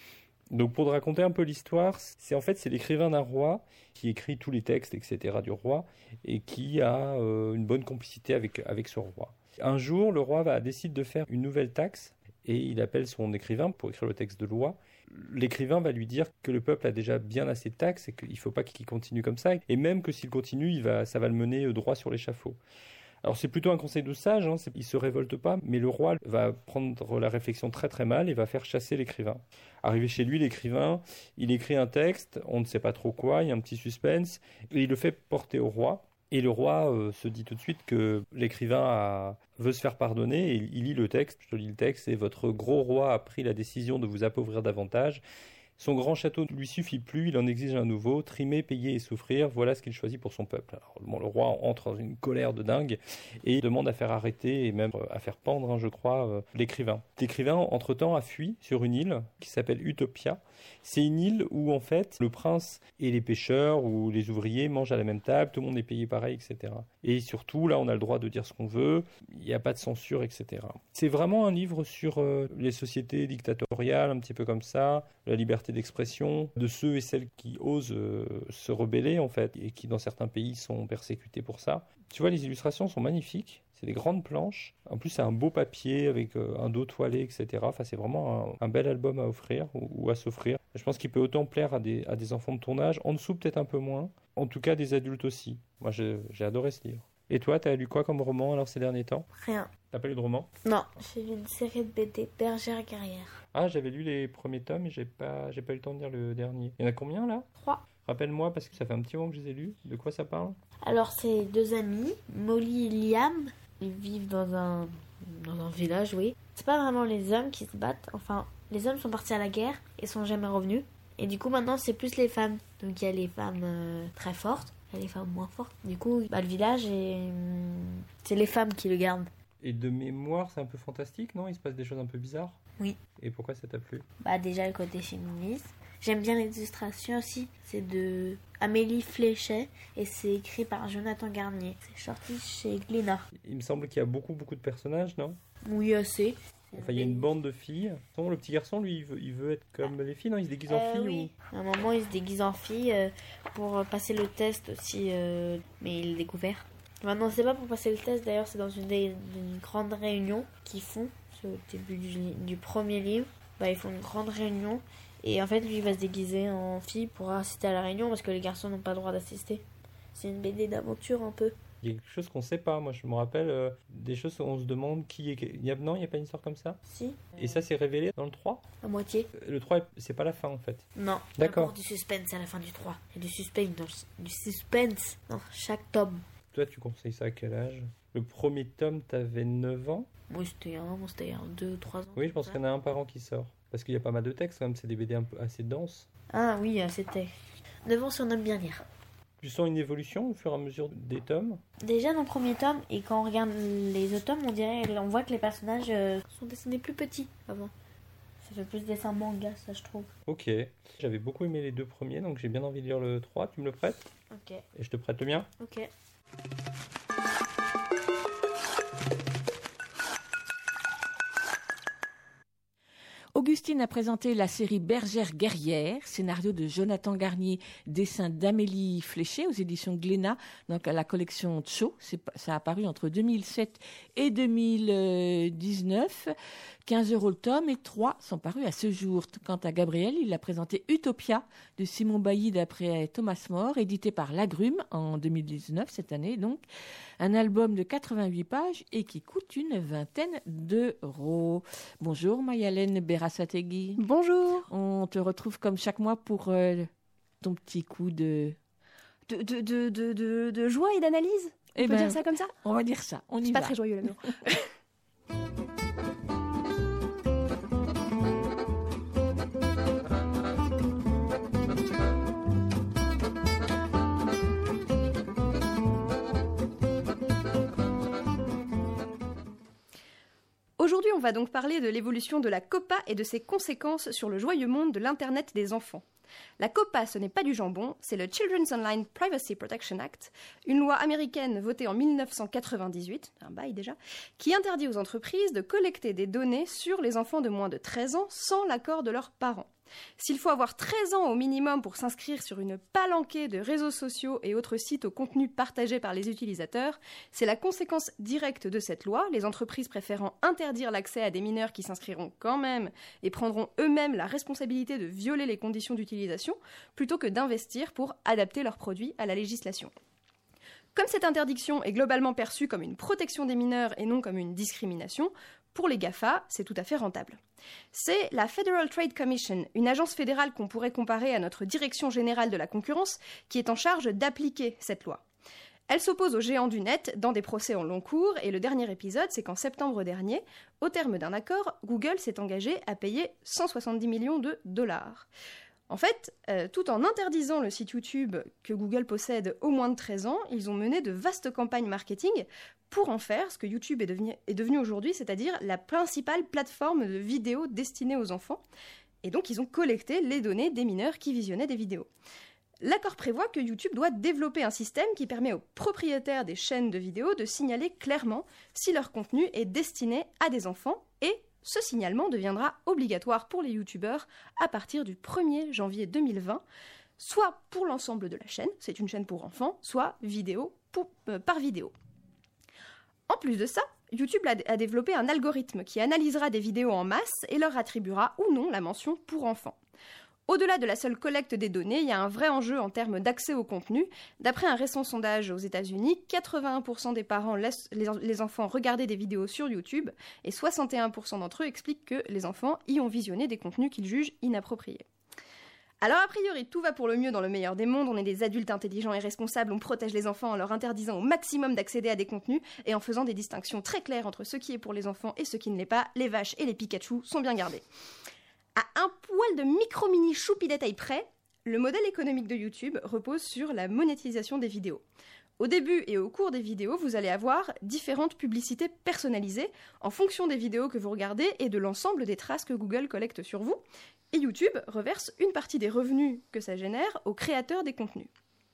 Donc pour te raconter un peu l'histoire, c'est en fait c'est l'écrivain d'un roi qui écrit tous les textes, et cetera du roi et qui a euh, une bonne complicité avec, avec ce roi. Un jour, le roi va décide de faire une nouvelle taxe et il appelle son écrivain pour écrire le texte de loi. L'écrivain va lui dire que le peuple a déjà bien assez de taxes et qu'il ne faut pas qu'il continue comme ça. Et même que s'il continue, il va, ça va le mener droit sur l'échafaud. Alors c'est plutôt un conseil de sage, hein, il ne se révolte pas, mais le roi va prendre la réflexion très très mal et va faire chasser l'écrivain. Arrivé chez lui, l'écrivain, il écrit un texte, on ne sait pas trop quoi, il y a un petit suspense, et il le fait porter au roi. Et le roi euh, se dit tout de suite que l'écrivain a, veut se faire pardonner, et il lit le texte, je te lis le texte, c'est « Votre gros roi a pris la décision de vous appauvrir davantage. Son grand château ne lui suffit plus, il en exige un nouveau, trimer, payer et souffrir, voilà ce qu'il choisit pour son peuple. » Alors, bon, le roi entre dans une colère de dingue et demande à faire arrêter et même à faire pendre, hein, je crois, euh, l'écrivain. L'écrivain, entre-temps, a fui sur une île qui s'appelle Utopia. C'est une île où, en fait, le prince et les pêcheurs ou les ouvriers mangent à la même table, tout le monde est payé pareil, et cetera. Et surtout, là, on a le droit de dire ce qu'on veut, il n'y a pas de censure, et cetera. C'est vraiment un livre sur euh, les sociétés dictatoriales, un petit peu comme ça, la liberté d'expression de ceux et celles qui osent euh, se rebeller, en fait, et qui, dans certains pays, sont persécutés pour ça. Tu vois, les illustrations sont magnifiques. C'est des grandes planches. En plus, c'est un beau papier avec euh, un dos toilé, et cetera. Enfin, c'est vraiment un, un bel album à offrir ou, ou à s'offrir. Je pense qu'il peut autant plaire à des, à des enfants de ton âge. En dessous, peut-être un peu moins. En tout cas, des adultes aussi. Moi, j'ai, j'ai adoré ce livre. Et toi, t'as lu quoi comme roman alors ces derniers temps? Rien. T'as pas lu de roman? Non, j'ai lu une série de B D, Bergère Guerrière. Ah, j'avais lu les premiers tomes et j'ai pas, j'ai pas eu le temps de lire le dernier. Il y en a combien là? Trois. Rappelle-moi, parce que ça fait un petit moment que je les ai lus. De quoi ça parle? Alors, c'est deux amis, Molly et Liam. Ils vivent dans un, dans un village, oui. C'est pas vraiment les hommes qui se battent. Enfin, les hommes sont partis à la guerre et sont jamais revenus. Et du coup, maintenant, c'est plus les femmes. Donc, il y a les femmes euh, très fortes, il y a les femmes moins fortes. Du coup, bah, le village, et, hum, c'est les femmes qui le gardent. Et de mémoire, c'est un peu fantastique, non? Il se passe des choses un peu bizarres? Oui. Et pourquoi ça t'a plu? Bah, déjà, le côté féministe. J'aime bien les illustrations aussi. C'est de Amélie Fléchet et c'est écrit par Jonathan Garnier. C'est sorti chez Glénat. Il me semble qu'il y a beaucoup, beaucoup de personnages, non? Oui, assez. Enfin, il y a une bande de filles. Le petit garçon, lui, il veut, il veut être comme les filles, non? Il se déguise en euh, fille oui. ou... À un moment, il se déguise en fille euh, pour passer le test aussi, euh, mais il l'a découvert. Maintenant, c'est pas pour passer le test, d'ailleurs, c'est dans une, une grande réunion qu'ils font. C'est au début du, du premier livre. Bah, ils font une grande réunion. Et en fait, lui, il va se déguiser en fille pour assister à la réunion parce que les garçons n'ont pas le droit d'assister. C'est une B D d'aventure un peu. Il y a quelque chose qu'on ne sait pas. Moi, je me rappelle euh, des choses où on se demande qui est... Il y a... Non, il n'y a pas une histoire comme ça? Si. Et ça, c'est révélé dans le trois? À moitié. Le trois, c'est pas la fin, en fait. Non. D'accord. Il y a encore du suspense à la fin du trois. Il y a du suspense dans, du suspense dans chaque tome. Toi, tu conseilles ça à quel âge? Le premier tome, t'avais neuf ans? Oui, c'était un, moi, c'était un, deux, trois ans. Oui, je pense qu'il y en a un par an qui sort. Parce qu'il y a pas mal de textes, quand même, c'est des B D un peu assez denses. Ah oui, c'était... neuf ans si on aime bien lire. Tu sens une évolution au fur et à mesure des tomes? Déjà dans le premier tome, et quand on regarde les autres tomes, on dirait, on voit que les personnages euh, sont dessinés plus petits avant. Ça fait plus dessin manga, ça je trouve. Ok. J'avais beaucoup aimé les deux premiers, donc j'ai bien envie de lire le trois. Tu me le prêtes? Ok. Et je te prête le mien? Ok. Augustine a présenté la série Bergère Guerrière, scénario de Jonathan Garnier, dessin d'Amélie Fléchet aux éditions Glénat, donc à la collection Tcho. C'est, ça a apparu entre deux mille sept et deux mille dix-neuf. quinze euros le tome et trois sont parus à ce jour. Quant à Gabriel, il a présenté Utopia de Simon Bailly d'après Thomas More, édité par Lagrume en deux mille dix-neuf, cette année donc. Un album de quatre-vingt-huit pages et qui coûte une vingtaine d'euros. Bonjour Mayalène Berasategui. Bonjour. On te retrouve comme chaque mois pour euh, ton petit coup de... De, de, de, de, de, de joie et d'analyse. On Eh peut ben, dire ça comme ça? On va dire ça, on y C'est va. pas très joyeux là, non. Aujourd'hui, on va donc parler de l'évolution de la COPPA et de ses conséquences sur le joyeux monde de l'Internet des enfants. La COPPA, ce n'est pas du jambon, c'est le Children's Online Privacy Protection Act, une loi américaine votée en mille neuf cent quatre-vingt-dix-huit, un bail déjà, qui interdit aux entreprises de collecter des données sur les enfants de moins de treize ans sans l'accord de leurs parents. S'il faut avoir treize ans au minimum pour s'inscrire sur une palanquée de réseaux sociaux et autres sites au contenu partagé par les utilisateurs, c'est la conséquence directe de cette loi, les entreprises préférant interdire l'accès à des mineurs qui s'inscriront quand même et prendront eux-mêmes la responsabilité de violer les conditions d'utilisation, plutôt que d'investir pour adapter leurs produits à la législation. Comme cette interdiction est globalement perçue comme une protection des mineurs et non comme une discrimination, pour les GAFA, c'est tout à fait rentable. C'est la Federal Trade Commission, une agence fédérale qu'on pourrait comparer à notre Direction générale de la concurrence, qui est en charge d'appliquer cette loi. Elle s'oppose aux géants du net dans des procès en long cours, et le dernier épisode, c'est qu'en septembre dernier, au terme d'un accord, Google s'est engagé à payer cent soixante-dix millions de dollars. En fait, euh, tout en interdisant le site YouTube que Google possède aux moins de treize ans, ils ont mené de vastes campagnes marketing pour en faire ce que YouTube est devenu, est devenu aujourd'hui, c'est-à-dire la principale plateforme de vidéos destinée aux enfants. Et donc, ils ont collecté les données des mineurs qui visionnaient des vidéos. L'accord prévoit que YouTube doit développer un système qui permet aux propriétaires des chaînes de vidéos de signaler clairement si leur contenu est destiné à des enfants, et ce signalement deviendra obligatoire pour les youtubeurs à partir du premier janvier deux mille vingt, soit pour l'ensemble de la chaîne, c'est une chaîne pour enfants, soit vidéo pour, euh, par vidéo. En plus de ça, YouTube a, a développé un algorithme qui analysera des vidéos en masse et leur attribuera ou non la mention pour enfants. Au-delà de la seule collecte des données, il y a un vrai enjeu en termes d'accès au contenu. D'après un récent sondage aux États-Unis, quatre-vingt-un pour cent des parents laissent les, les enfants regarder des vidéos sur YouTube et soixante et un pour cent d'entre eux expliquent que les enfants y ont visionné des contenus qu'ils jugent inappropriés. Alors a priori, tout va pour le mieux dans le meilleur des mondes, on est des adultes intelligents et responsables, on protège les enfants en leur interdisant au maximum d'accéder à des contenus et en faisant des distinctions très claires entre ce qui est pour les enfants et ce qui ne l'est pas. Les vaches et les Pikachu sont bien gardés. À un poil de micro-mini choupi détail près, le modèle économique de YouTube repose sur la monétisation des vidéos. Au début et au cours des vidéos, vous allez avoir différentes publicités personnalisées en fonction des vidéos que vous regardez et de l'ensemble des traces que Google collecte sur vous. Et YouTube reverse une partie des revenus que ça génère aux créateurs des contenus.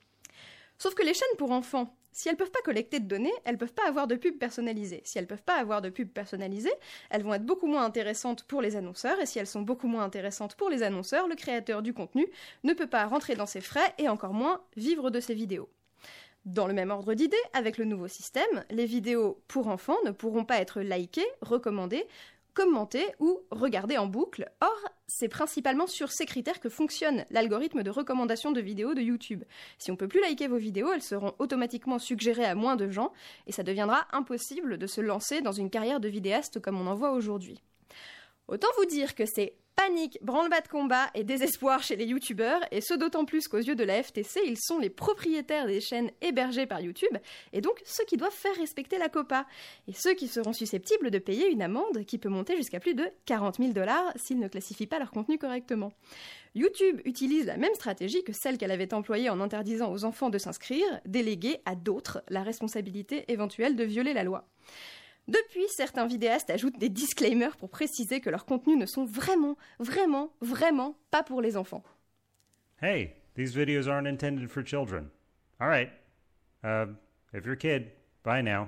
Sauf que les chaînes pour enfants, si elles ne peuvent pas collecter de données, elles ne peuvent pas avoir de pubs personnalisées. Si elles ne peuvent pas avoir de pubs personnalisées, elles vont être beaucoup moins intéressantes pour les annonceurs, et si elles sont beaucoup moins intéressantes pour les annonceurs, le créateur du contenu ne peut pas rentrer dans ses frais et encore moins vivre de ses vidéos. Dans le même ordre d'idée, avec le nouveau système, les vidéos pour enfants ne pourront pas être likées, recommandées, commentées ou regardées en boucle. Or, c'est principalement sur ces critères que fonctionne l'algorithme de recommandation de vidéos de YouTube. Si on ne peut plus liker vos vidéos, elles seront automatiquement suggérées à moins de gens et ça deviendra impossible de se lancer dans une carrière de vidéaste comme on en voit aujourd'hui. Autant vous dire que c'est panique, branle-bas de combat et désespoir chez les youtubeurs, et ce d'autant plus qu'aux yeux de la F T C, ils sont les propriétaires des chaînes hébergées par YouTube, et donc ceux qui doivent faire respecter la COPPA, et ceux qui seront susceptibles de payer une amende qui peut monter jusqu'à plus de quarante mille dollars s'ils ne classifient pas leur contenu correctement. YouTube utilise la même stratégie que celle qu'elle avait employée en interdisant aux enfants de s'inscrire, déléguer à d'autres la responsabilité éventuelle de violer la loi. Depuis, certains vidéastes ajoutent des disclaimers pour préciser que leurs contenus ne sont vraiment, vraiment, vraiment pas pour les enfants. Hey, these videos aren't intended for children. All right. Uh, if you're a kid, bye now.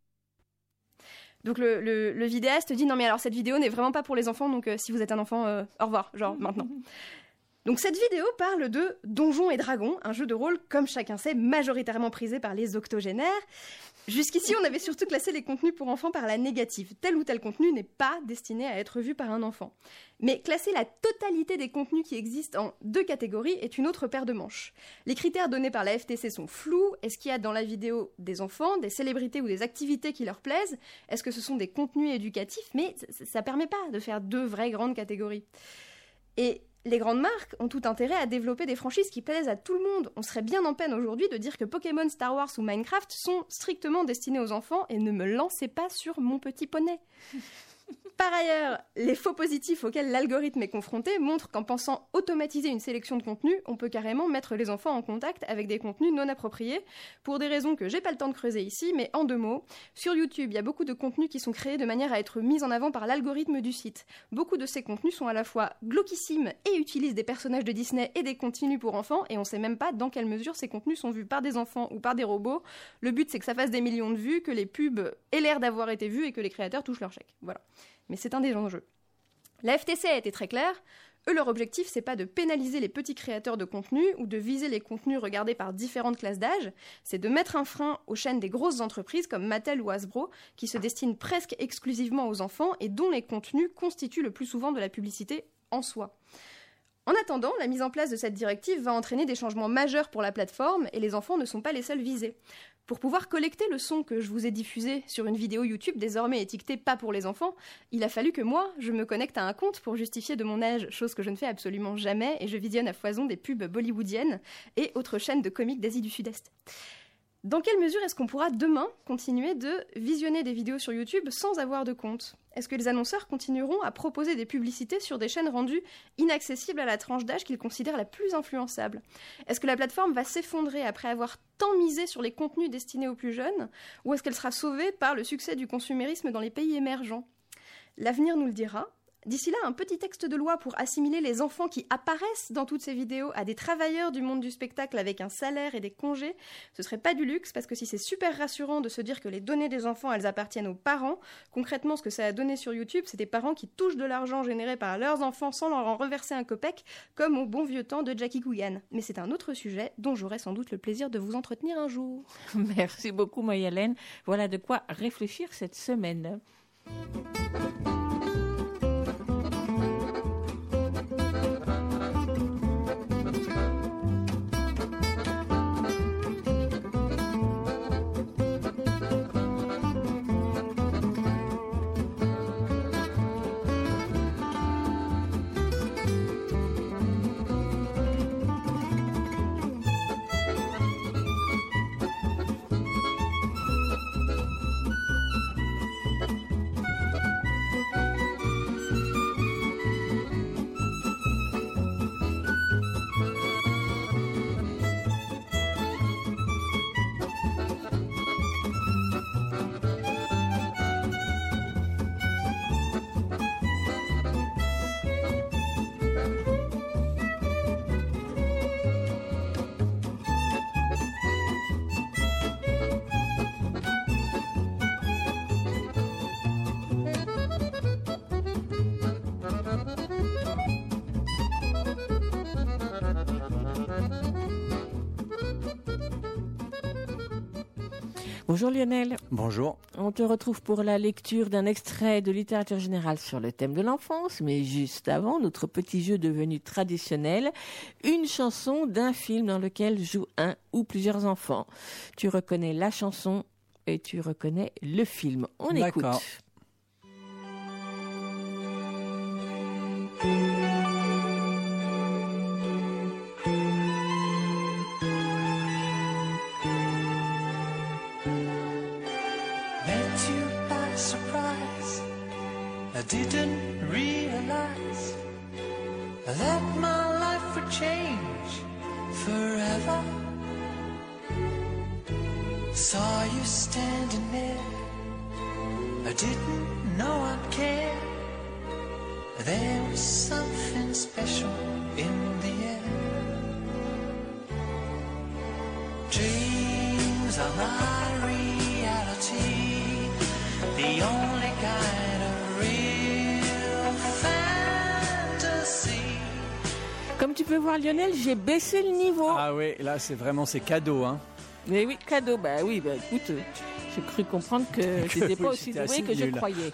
Donc le, le, le vidéaste dit non mais alors cette vidéo n'est vraiment pas pour les enfants, donc euh, si vous êtes un enfant, euh, au revoir, genre maintenant. Donc cette vidéo parle de Donjons et Dragons, un jeu de rôle, comme chacun sait, majoritairement prisé par les octogénaires. Jusqu'ici, on avait surtout classé les contenus pour enfants par la négative. Tel ou tel contenu n'est pas destiné à être vu par un enfant. Mais classer la totalité des contenus qui existent en deux catégories est une autre paire de manches. Les critères donnés par la F T C sont flous. Est-ce qu'il y a dans la vidéo des enfants, des célébrités ou des activités qui leur plaisent ? Est-ce que ce sont des contenus éducatifs ? Mais ça ne permet pas de faire deux vraies grandes catégories. Et les grandes marques ont tout intérêt à développer des franchises qui plaisent à tout le monde. On serait bien en peine aujourd'hui de dire que Pokémon, Star Wars ou Minecraft sont strictement destinés aux enfants et ne me lancez pas sur mon petit poney. Par ailleurs, les faux positifs auxquels l'algorithme est confronté montrent qu'en pensant automatiser une sélection de contenus, on peut carrément mettre les enfants en contact avec des contenus non appropriés, pour des raisons que j'ai pas le temps de creuser ici, mais en deux mots, sur YouTube, il y a beaucoup de contenus qui sont créés de manière à être mis en avant par l'algorithme du site. Beaucoup de ces contenus sont à la fois glauquissimes et utilisent des personnages de Disney et des contenus pour enfants, et on sait même pas dans quelle mesure ces contenus sont vus par des enfants ou par des robots. Le but, c'est que ça fasse des millions de vues, que les pubs aient l'air d'avoir été vues et que les créateurs touchent leur chèque. Voilà. Mais c'est un des enjeux. La F T C a été très claire. Eux, leur objectif, c'est pas de pénaliser les petits créateurs de contenu ou de viser les contenus regardés par différentes classes d'âge, c'est de mettre un frein aux chaînes des grosses entreprises comme Mattel ou Hasbro, qui se destinent presque exclusivement aux enfants et dont les contenus constituent le plus souvent de la publicité en soi. En attendant, la mise en place de cette directive va entraîner des changements majeurs pour la plateforme et les enfants ne sont pas les seuls visés. Pour pouvoir collecter le son que je vous ai diffusé sur une vidéo YouTube désormais étiquetée pas pour les enfants, il a fallu que moi, je me connecte à un compte pour justifier de mon âge, chose que je ne fais absolument jamais, et je visionne à foison des pubs bollywoodiennes et autres chaînes de comiques d'Asie du Sud-Est. Dans quelle mesure est-ce qu'on pourra demain continuer de visionner des vidéos sur YouTube sans avoir de compte ? Est-ce que les annonceurs continueront à proposer des publicités sur des chaînes rendues inaccessibles à la tranche d'âge qu'ils considèrent la plus influençable ? Est-ce que la plateforme va s'effondrer après avoir tant misé sur les contenus destinés aux plus jeunes ? Ou est-ce qu'elle sera sauvée par le succès du consumérisme dans les pays émergents ? L'avenir nous le dira. D'ici là, un petit texte de loi pour assimiler les enfants qui apparaissent dans toutes ces vidéos à des travailleurs du monde du spectacle avec un salaire et des congés, ce serait pas du luxe, parce que si c'est super rassurant de se dire que les données des enfants, elles appartiennent aux parents, concrètement, ce que ça a donné sur YouTube, c'est des parents qui touchent de l'argent généré par leurs enfants sans leur en reverser un copec, comme au bon vieux temps de Jackie Gouyan. Mais c'est un autre sujet dont j'aurai sans doute le plaisir de vous entretenir un jour. Merci beaucoup, Maï-Hélène. Voilà de quoi réfléchir cette semaine. Bonjour Lionel. Bonjour. On te retrouve pour la lecture d'un extrait de littérature générale sur le thème de l'enfance, mais juste avant, notre petit jeu devenu traditionnel, une chanson d'un film dans lequel jouent un ou plusieurs enfants. Tu reconnais la chanson et tu reconnais le film. On écoute. D'accord. Didn't realize that my life would change forever. Saw you standing there, I didn't know I'd care. There was something special in the air. Dreams are my reality, the only kind of real fantasy. Comme tu peux voir Lionel, j'ai baissé le niveau. Ah oui, là c'est vraiment c'est cadeau, hein. Mais oui, cadeau, bah oui, bah écoute, euh, j'ai cru comprendre que tu n'étais pas Oui, aussi j'étais doué assez que je nul. croyais.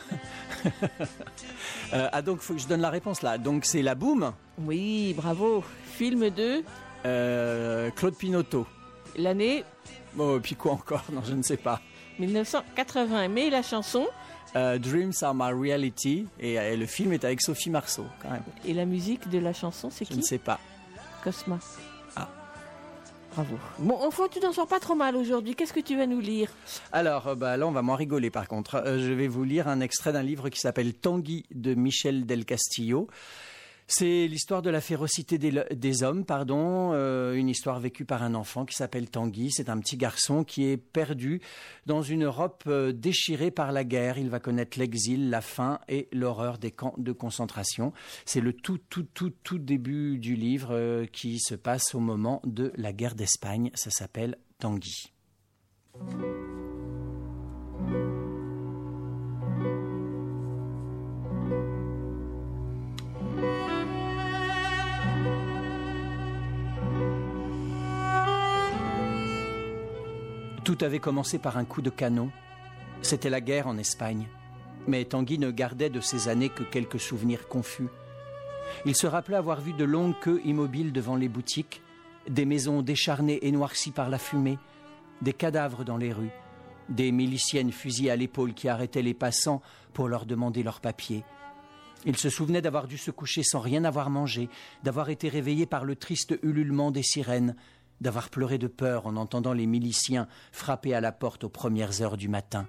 Euh, ah, donc, il faut que je donne la réponse là. Donc, c'est La Boum. Oui, bravo. Film de Euh, Claude Pinoteau. l'année Oh, et puis quoi encore? Non, je ne sais pas. dix-neuf cent quatre-vingts. Mais la chanson Euh, Dreams Are My Reality. Et, et le film est avec Sophie Marceau, quand même. et la musique de la chanson, c'est Je qui? ne sais pas. Cosma. Ah. Bravo. Bon, enfin, tu t'en sors pas trop mal aujourd'hui. Qu'est-ce que tu vas nous lire? Alors, euh, bah, là, on va moins rigoler par contre. Euh, je vais vous lire un extrait d'un livre qui s'appelle Tanguy de Michel Del Castillo. C'est l'histoire de la férocité des, des hommes, pardon, euh, une histoire vécue par un enfant qui s'appelle Tanguy. C'est un petit garçon qui est perdu dans une Europe euh, déchirée par la guerre. Il va connaître l'exil, la faim et l'horreur des camps de concentration. C'est le tout, tout, tout, tout début du livre euh, qui se passe au moment de la guerre d'Espagne. Ça s'appelle Tanguy. Tout avait commencé par un coup de canon. C'était la guerre en Espagne. Mais Tanguy ne gardait de ces années que quelques souvenirs confus. Il se rappelait avoir vu de longues queues immobiles devant les boutiques, des maisons décharnées et noircies par la fumée, des cadavres dans les rues, des miliciennes fusils à l'épaule qui arrêtaient les passants pour leur demander leurs papiers. Il se souvenait d'avoir dû se coucher sans rien avoir mangé, d'avoir été réveillé par le triste ululement des sirènes, d'avoir pleuré de peur en entendant les miliciens frapper à la porte aux premières heures du matin.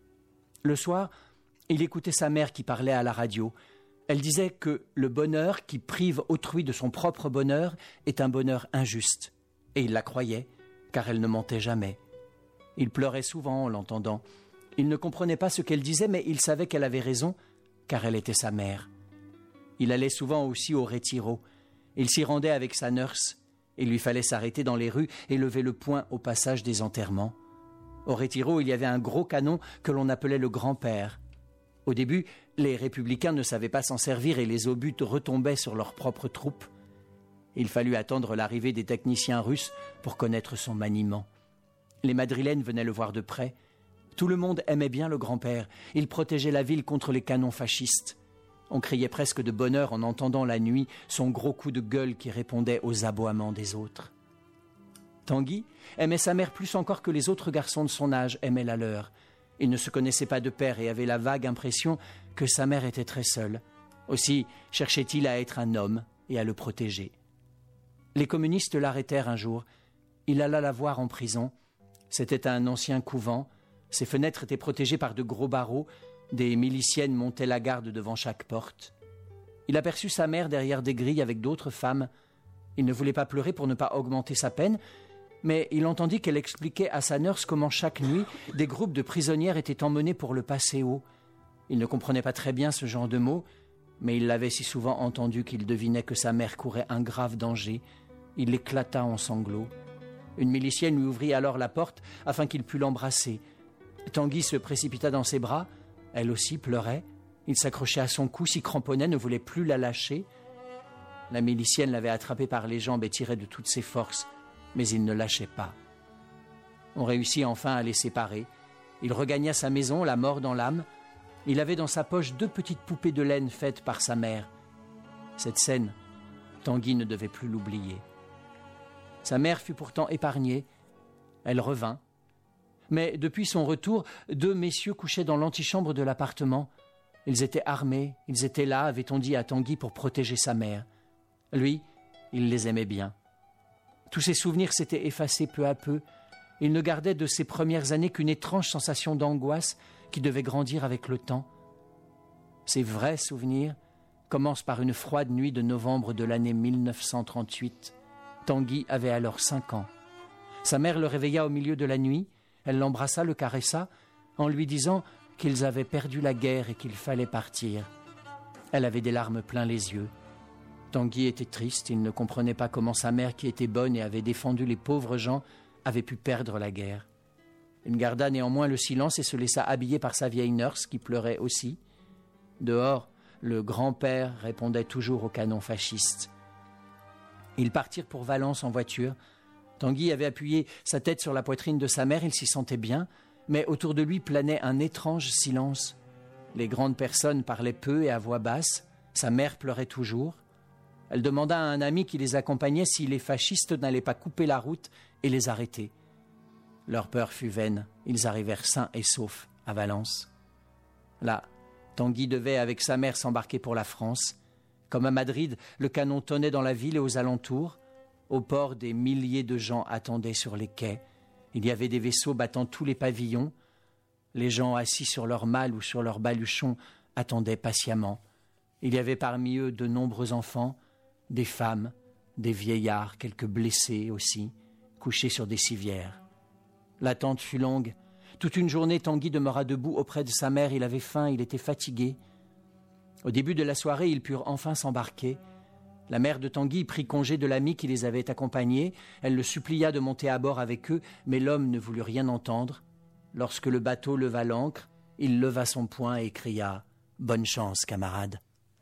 Le soir, il écoutait sa mère qui parlait à la radio. Elle disait que le bonheur qui prive autrui de son propre bonheur est un bonheur injuste. Et il la croyait, car elle ne mentait jamais. Il pleurait souvent en l'entendant. Il ne comprenait pas ce qu'elle disait, mais il savait qu'elle avait raison, car elle était sa mère. Il allait souvent aussi au Retiro. Il s'y rendait avec sa nurse. Il lui fallait s'arrêter dans les rues et lever le poing au passage des enterrements. Au Retiro, il y avait un gros canon que l'on appelait le grand-père. Au début, les républicains ne savaient pas s'en servir et les obus retombaient sur leurs propres troupes. Il fallut attendre l'arrivée des techniciens russes pour connaître son maniement. Les Madrilènes venaient le voir de près. Tout le monde aimait bien le grand-père. Il protégeait la ville contre les canons fascistes. On criait presque de bonheur en entendant la nuit son gros coup de gueule qui répondait aux aboiements des autres. Tanguy aimait sa mère plus encore que les autres garçons de son âge aimaient la leur. Il ne se connaissait pas de père et avait la vague impression que sa mère était très seule. Aussi cherchait-il à être un homme et à le protéger. Les communistes l'arrêtèrent un jour. Il alla la voir en prison. C'était un ancien couvent. Ses fenêtres étaient protégées par de gros barreaux. Des miliciennes montaient la garde devant chaque porte. Il aperçut sa mère derrière des grilles avec d'autres femmes. Il ne voulait pas pleurer pour ne pas augmenter sa peine, mais il entendit qu'elle expliquait à sa nurse comment chaque nuit, des groupes de prisonnières étaient emmenés pour le Paseo. Il ne comprenait pas très bien ce genre de mots, mais il l'avait si souvent entendu qu'il devinait que sa mère courait un grave danger. Il éclata en sanglots. Une milicienne lui ouvrit alors la porte afin qu'il pût l'embrasser. Tanguy se précipita dans ses bras. Elle aussi pleurait. Il s'accrochait à son cou, s'y cramponnait, ne voulait plus la lâcher. La milicienne l'avait attrapé par les jambes et tirait de toutes ses forces, mais il ne lâchait pas. On réussit enfin à les séparer. Il regagna sa maison, la mort dans l'âme. Il avait dans sa poche deux petites poupées de laine faites par sa mère. Cette scène, Tanguy ne devait plus l'oublier. Sa mère fut pourtant épargnée. Elle revint. Mais depuis son retour, deux messieurs couchaient dans l'antichambre de l'appartement. Ils étaient armés, ils étaient là, avait-on dit à Tanguy, pour protéger sa mère. Lui, il les aimait bien. Tous ses souvenirs s'étaient effacés peu à peu. Il ne gardait de ses premières années qu'une étrange sensation d'angoisse qui devait grandir avec le temps. Ses vrais souvenirs commencent par une froide nuit de novembre de l'année mille neuf cent trente-huit. Tanguy avait alors cinq ans. Sa mère le réveilla au milieu de la nuit. Elle l'embrassa, le caressa, en lui disant qu'ils avaient perdu la guerre et qu'il fallait partir. Elle avait des larmes plein les yeux. Tanguy était triste, il ne comprenait pas comment sa mère, qui était bonne et avait défendu les pauvres gens, avait pu perdre la guerre. Il garda néanmoins le silence et se laissa habiller par sa vieille nurse, qui pleurait aussi. Dehors, le grand-père répondait toujours aux canons fascistes. Ils partirent pour Valence en voiture. Tanguy avait appuyé sa tête sur la poitrine de sa mère, il s'y sentait bien, mais autour de lui planait un étrange silence. Les grandes personnes parlaient peu et à voix basse, sa mère pleurait toujours. Elle demanda à un ami qui les accompagnait si les fascistes n'allaient pas couper la route et les arrêter. Leur peur fut vaine, ils arrivèrent sains et saufs à Valence. Là, Tanguy devait avec sa mère s'embarquer pour la France. Comme à Madrid, le canon tonnait dans la ville et aux alentours. Au port, des milliers de gens attendaient sur les quais. Il y avait des vaisseaux battant tous les pavillons. Les gens assis sur leurs malles ou sur leurs baluchons attendaient patiemment. Il y avait parmi eux de nombreux enfants, des femmes, des vieillards, quelques blessés aussi, couchés sur des civières. L'attente fut longue. Toute une journée, Tanguy demeura debout auprès de sa mère. Il avait faim, il était fatigué. Au début de la soirée, ils purent enfin s'embarquer. La mère de Tanguy prit congé de l'ami qui les avait accompagnés. Elle le supplia de monter à bord avec eux, mais l'homme ne voulut rien entendre. Lorsque le bateau leva l'ancre, il leva son poing et cria « Bonne chance, camarade !»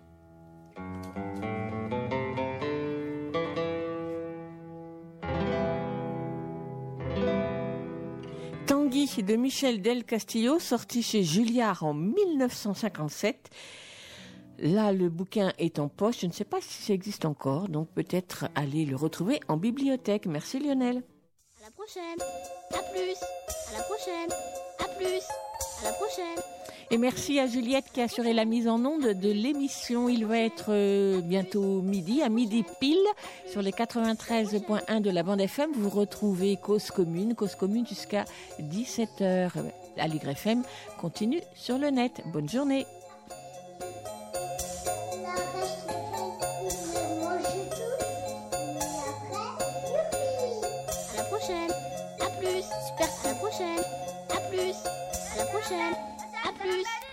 Tanguy de Michel Del Castillo, sorti chez Julliard en mille neuf cent cinquante-sept. Là, le bouquin est en poche. Je ne sais pas si ça existe encore, donc peut-être aller le retrouver en bibliothèque. Merci Lionel. À la prochaine. À plus. À la prochaine. À plus. À la prochaine. Et merci à Juliette qui a assuré la mise en onde de l'émission. Il va être euh, bientôt midi, à midi pile, sur les quatre-vingt-treize point un de la bande F M. Vous retrouvez Cause Commune, Cause Commune jusqu'à dix-sept heures. Aligre F M continue sur le net. Bonne journée. À la prochaine. À plus. Super. À la prochaine. À plus. À la prochaine. À plus.